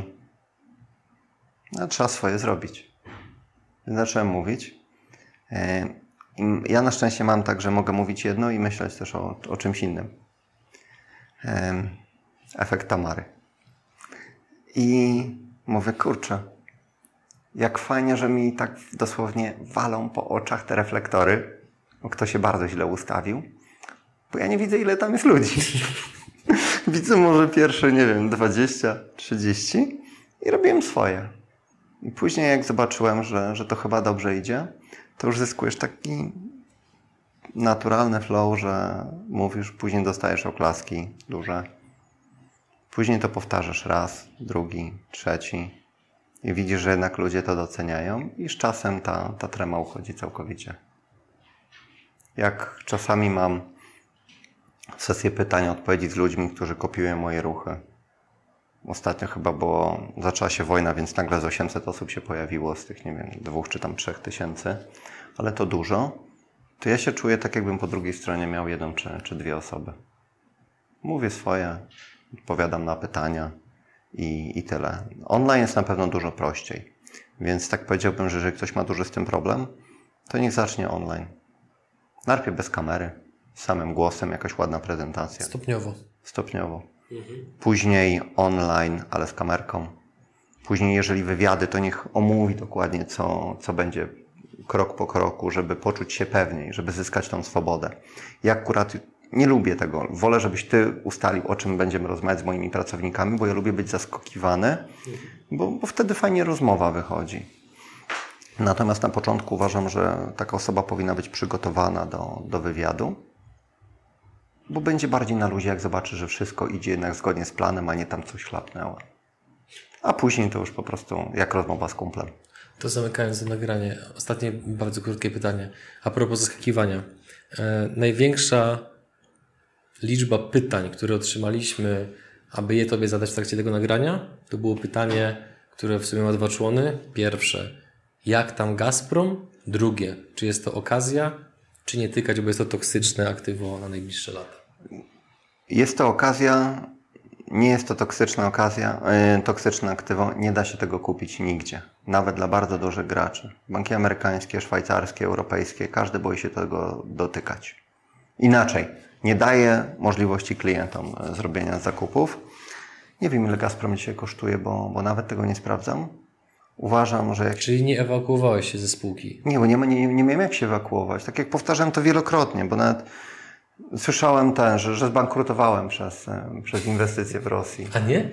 No trzeba swoje zrobić. Zacząłem mówić. Ja na szczęście mam tak, że mogę mówić jedno i myśleć też o, o czymś innym. Efekt Tamary. I mówię, kurczę, jak fajnie, że mi tak dosłownie walą po oczach te reflektory. Bo kto się bardzo źle ustawił. Bo ja nie widzę, ile tam jest ludzi. Widzę może pierwsze, nie wiem, dwadzieścia, trzydzieści i robiłem swoje. I później jak zobaczyłem, że, że to chyba dobrze idzie, to już zyskujesz taki naturalny flow, że mówisz, później dostajesz oklaski duże. Później to powtarzasz raz, drugi, trzeci i widzisz, że jednak ludzie to doceniają i z czasem ta, ta trema uchodzi całkowicie. Jak czasami mam sesję pytań, odpowiedzi z ludźmi, którzy kopiują moje ruchy. Ostatnio chyba było, zaczęła się wojna, więc nagle z osiemset osób się pojawiło z tych, nie wiem, dwóch czy tam trzech tysięcy, ale to dużo. To ja się czuję tak, jakbym po drugiej stronie miał jedną czy, czy dwie osoby. Mówię swoje, odpowiadam na pytania i, i tyle. Online jest na pewno dużo prościej, więc tak powiedziałbym, że jeżeli ktoś ma duży z tym problem, to niech zacznie online. Najpierw bez kamery, z samym głosem, jakaś ładna prezentacja. Stopniowo. Stopniowo. Mhm. Później online, ale z kamerką. Później, jeżeli wywiady, to niech omówi dokładnie, co, co będzie krok po kroku, żeby poczuć się pewniej, żeby zyskać tą swobodę. Ja akurat nie lubię tego. Wolę, żebyś ty ustalił, o czym będziemy rozmawiać z moimi pracownikami, bo ja lubię być zaskakiwany, mhm. bo, bo wtedy fajnie rozmowa wychodzi. Natomiast na początku uważam, że taka osoba powinna być przygotowana do, do wywiadu, bo będzie bardziej na luzie, jak zobaczy, że wszystko idzie jednak zgodnie z planem, a nie tam coś chlapnęło. A później to już po prostu jak rozmowa z kumplem. To zamykając to nagranie, ostatnie bardzo krótkie pytanie. A propos zaskakiwania. E, największa liczba pytań, które otrzymaliśmy, aby je Tobie zadać w trakcie tego nagrania, to było pytanie, które w sumie ma dwa człony. Pierwsze, jak tam Gazprom? Drugie, czy jest to okazja? Czy nie tykać, bo jest to toksyczne aktywo na najbliższe lata? Jest to okazja, nie jest to toksyczna okazja, yy, toksyczne aktywo, nie da się tego kupić nigdzie. Nawet dla bardzo dużych graczy. Banki amerykańskie, szwajcarskie, europejskie, każdy boi się tego dotykać. Inaczej, nie daje możliwości klientom zrobienia zakupów. Nie wiem, ile Gazprom dzisiaj kosztuje, bo, bo nawet tego nie sprawdzam. Uważam, że... Jak... Czyli nie ewakuowałeś się ze spółki? Nie, bo nie, nie, nie miałem jak się ewakuować. Tak jak powtarzałem to wielokrotnie, bo nawet słyszałem ten, że, że zbankrutowałem przez, przez inwestycje w Rosji. A nie?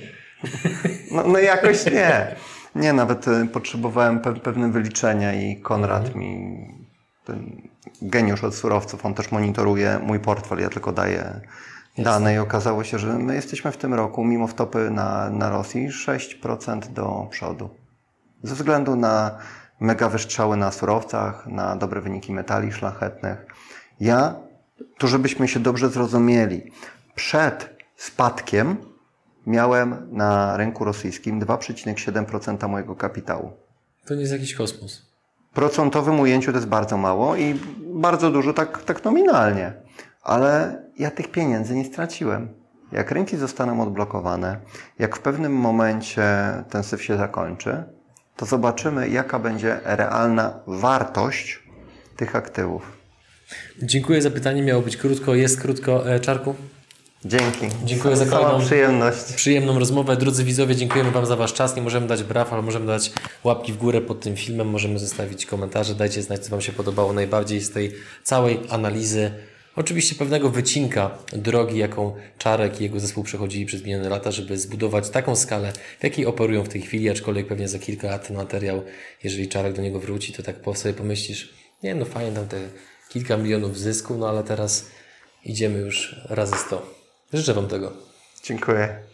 No, no jakoś nie. Nie, nawet potrzebowałem pe pewne wyliczenia i Konrad mhm. mi, ten geniusz od surowców, on też monitoruje mój portfel, ja tylko daję Jasne. dane i okazało się, że my jesteśmy w tym roku, mimo wtopy na, na Rosji, sześć procent do przodu. Ze względu na mega wystrzały na surowcach, na dobre wyniki metali szlachetnych. Ja, tu żebyśmy się dobrze zrozumieli, przed spadkiem miałem na rynku rosyjskim dwa przecinek siedem procent mojego kapitału. To nie jest jakiś kosmos. W procentowym ujęciu to jest bardzo mało i bardzo dużo tak, tak nominalnie. Ale ja tych pieniędzy nie straciłem. Jak rynki zostaną odblokowane, jak w pewnym momencie ten syf się zakończy, to zobaczymy, jaka będzie realna wartość tych aktywów. Dziękuję za pytanie. Miało być krótko. Jest krótko. E, Czarku? Dzięki. Dziękuję za kolejną przyjemność. przyjemną rozmowę. Drodzy widzowie, dziękujemy Wam za Wasz czas. Nie możemy dać braw, ale możemy dać łapki w górę pod tym filmem. Możemy zostawić komentarze. Dajcie znać, co Wam się podobało najbardziej z tej całej analizy. Oczywiście pewnego wycinka drogi, jaką Czarek i jego zespół przechodzili przez minione lata, żeby zbudować taką skalę, w jakiej operują w tej chwili, aczkolwiek pewnie za kilka lat ten materiał, jeżeli Czarek do niego wróci, to tak po sobie pomyślisz, nie no fajnie tam te kilka milionów zysku, no ale teraz idziemy już razy sto. Życzę Wam tego. Dziękuję.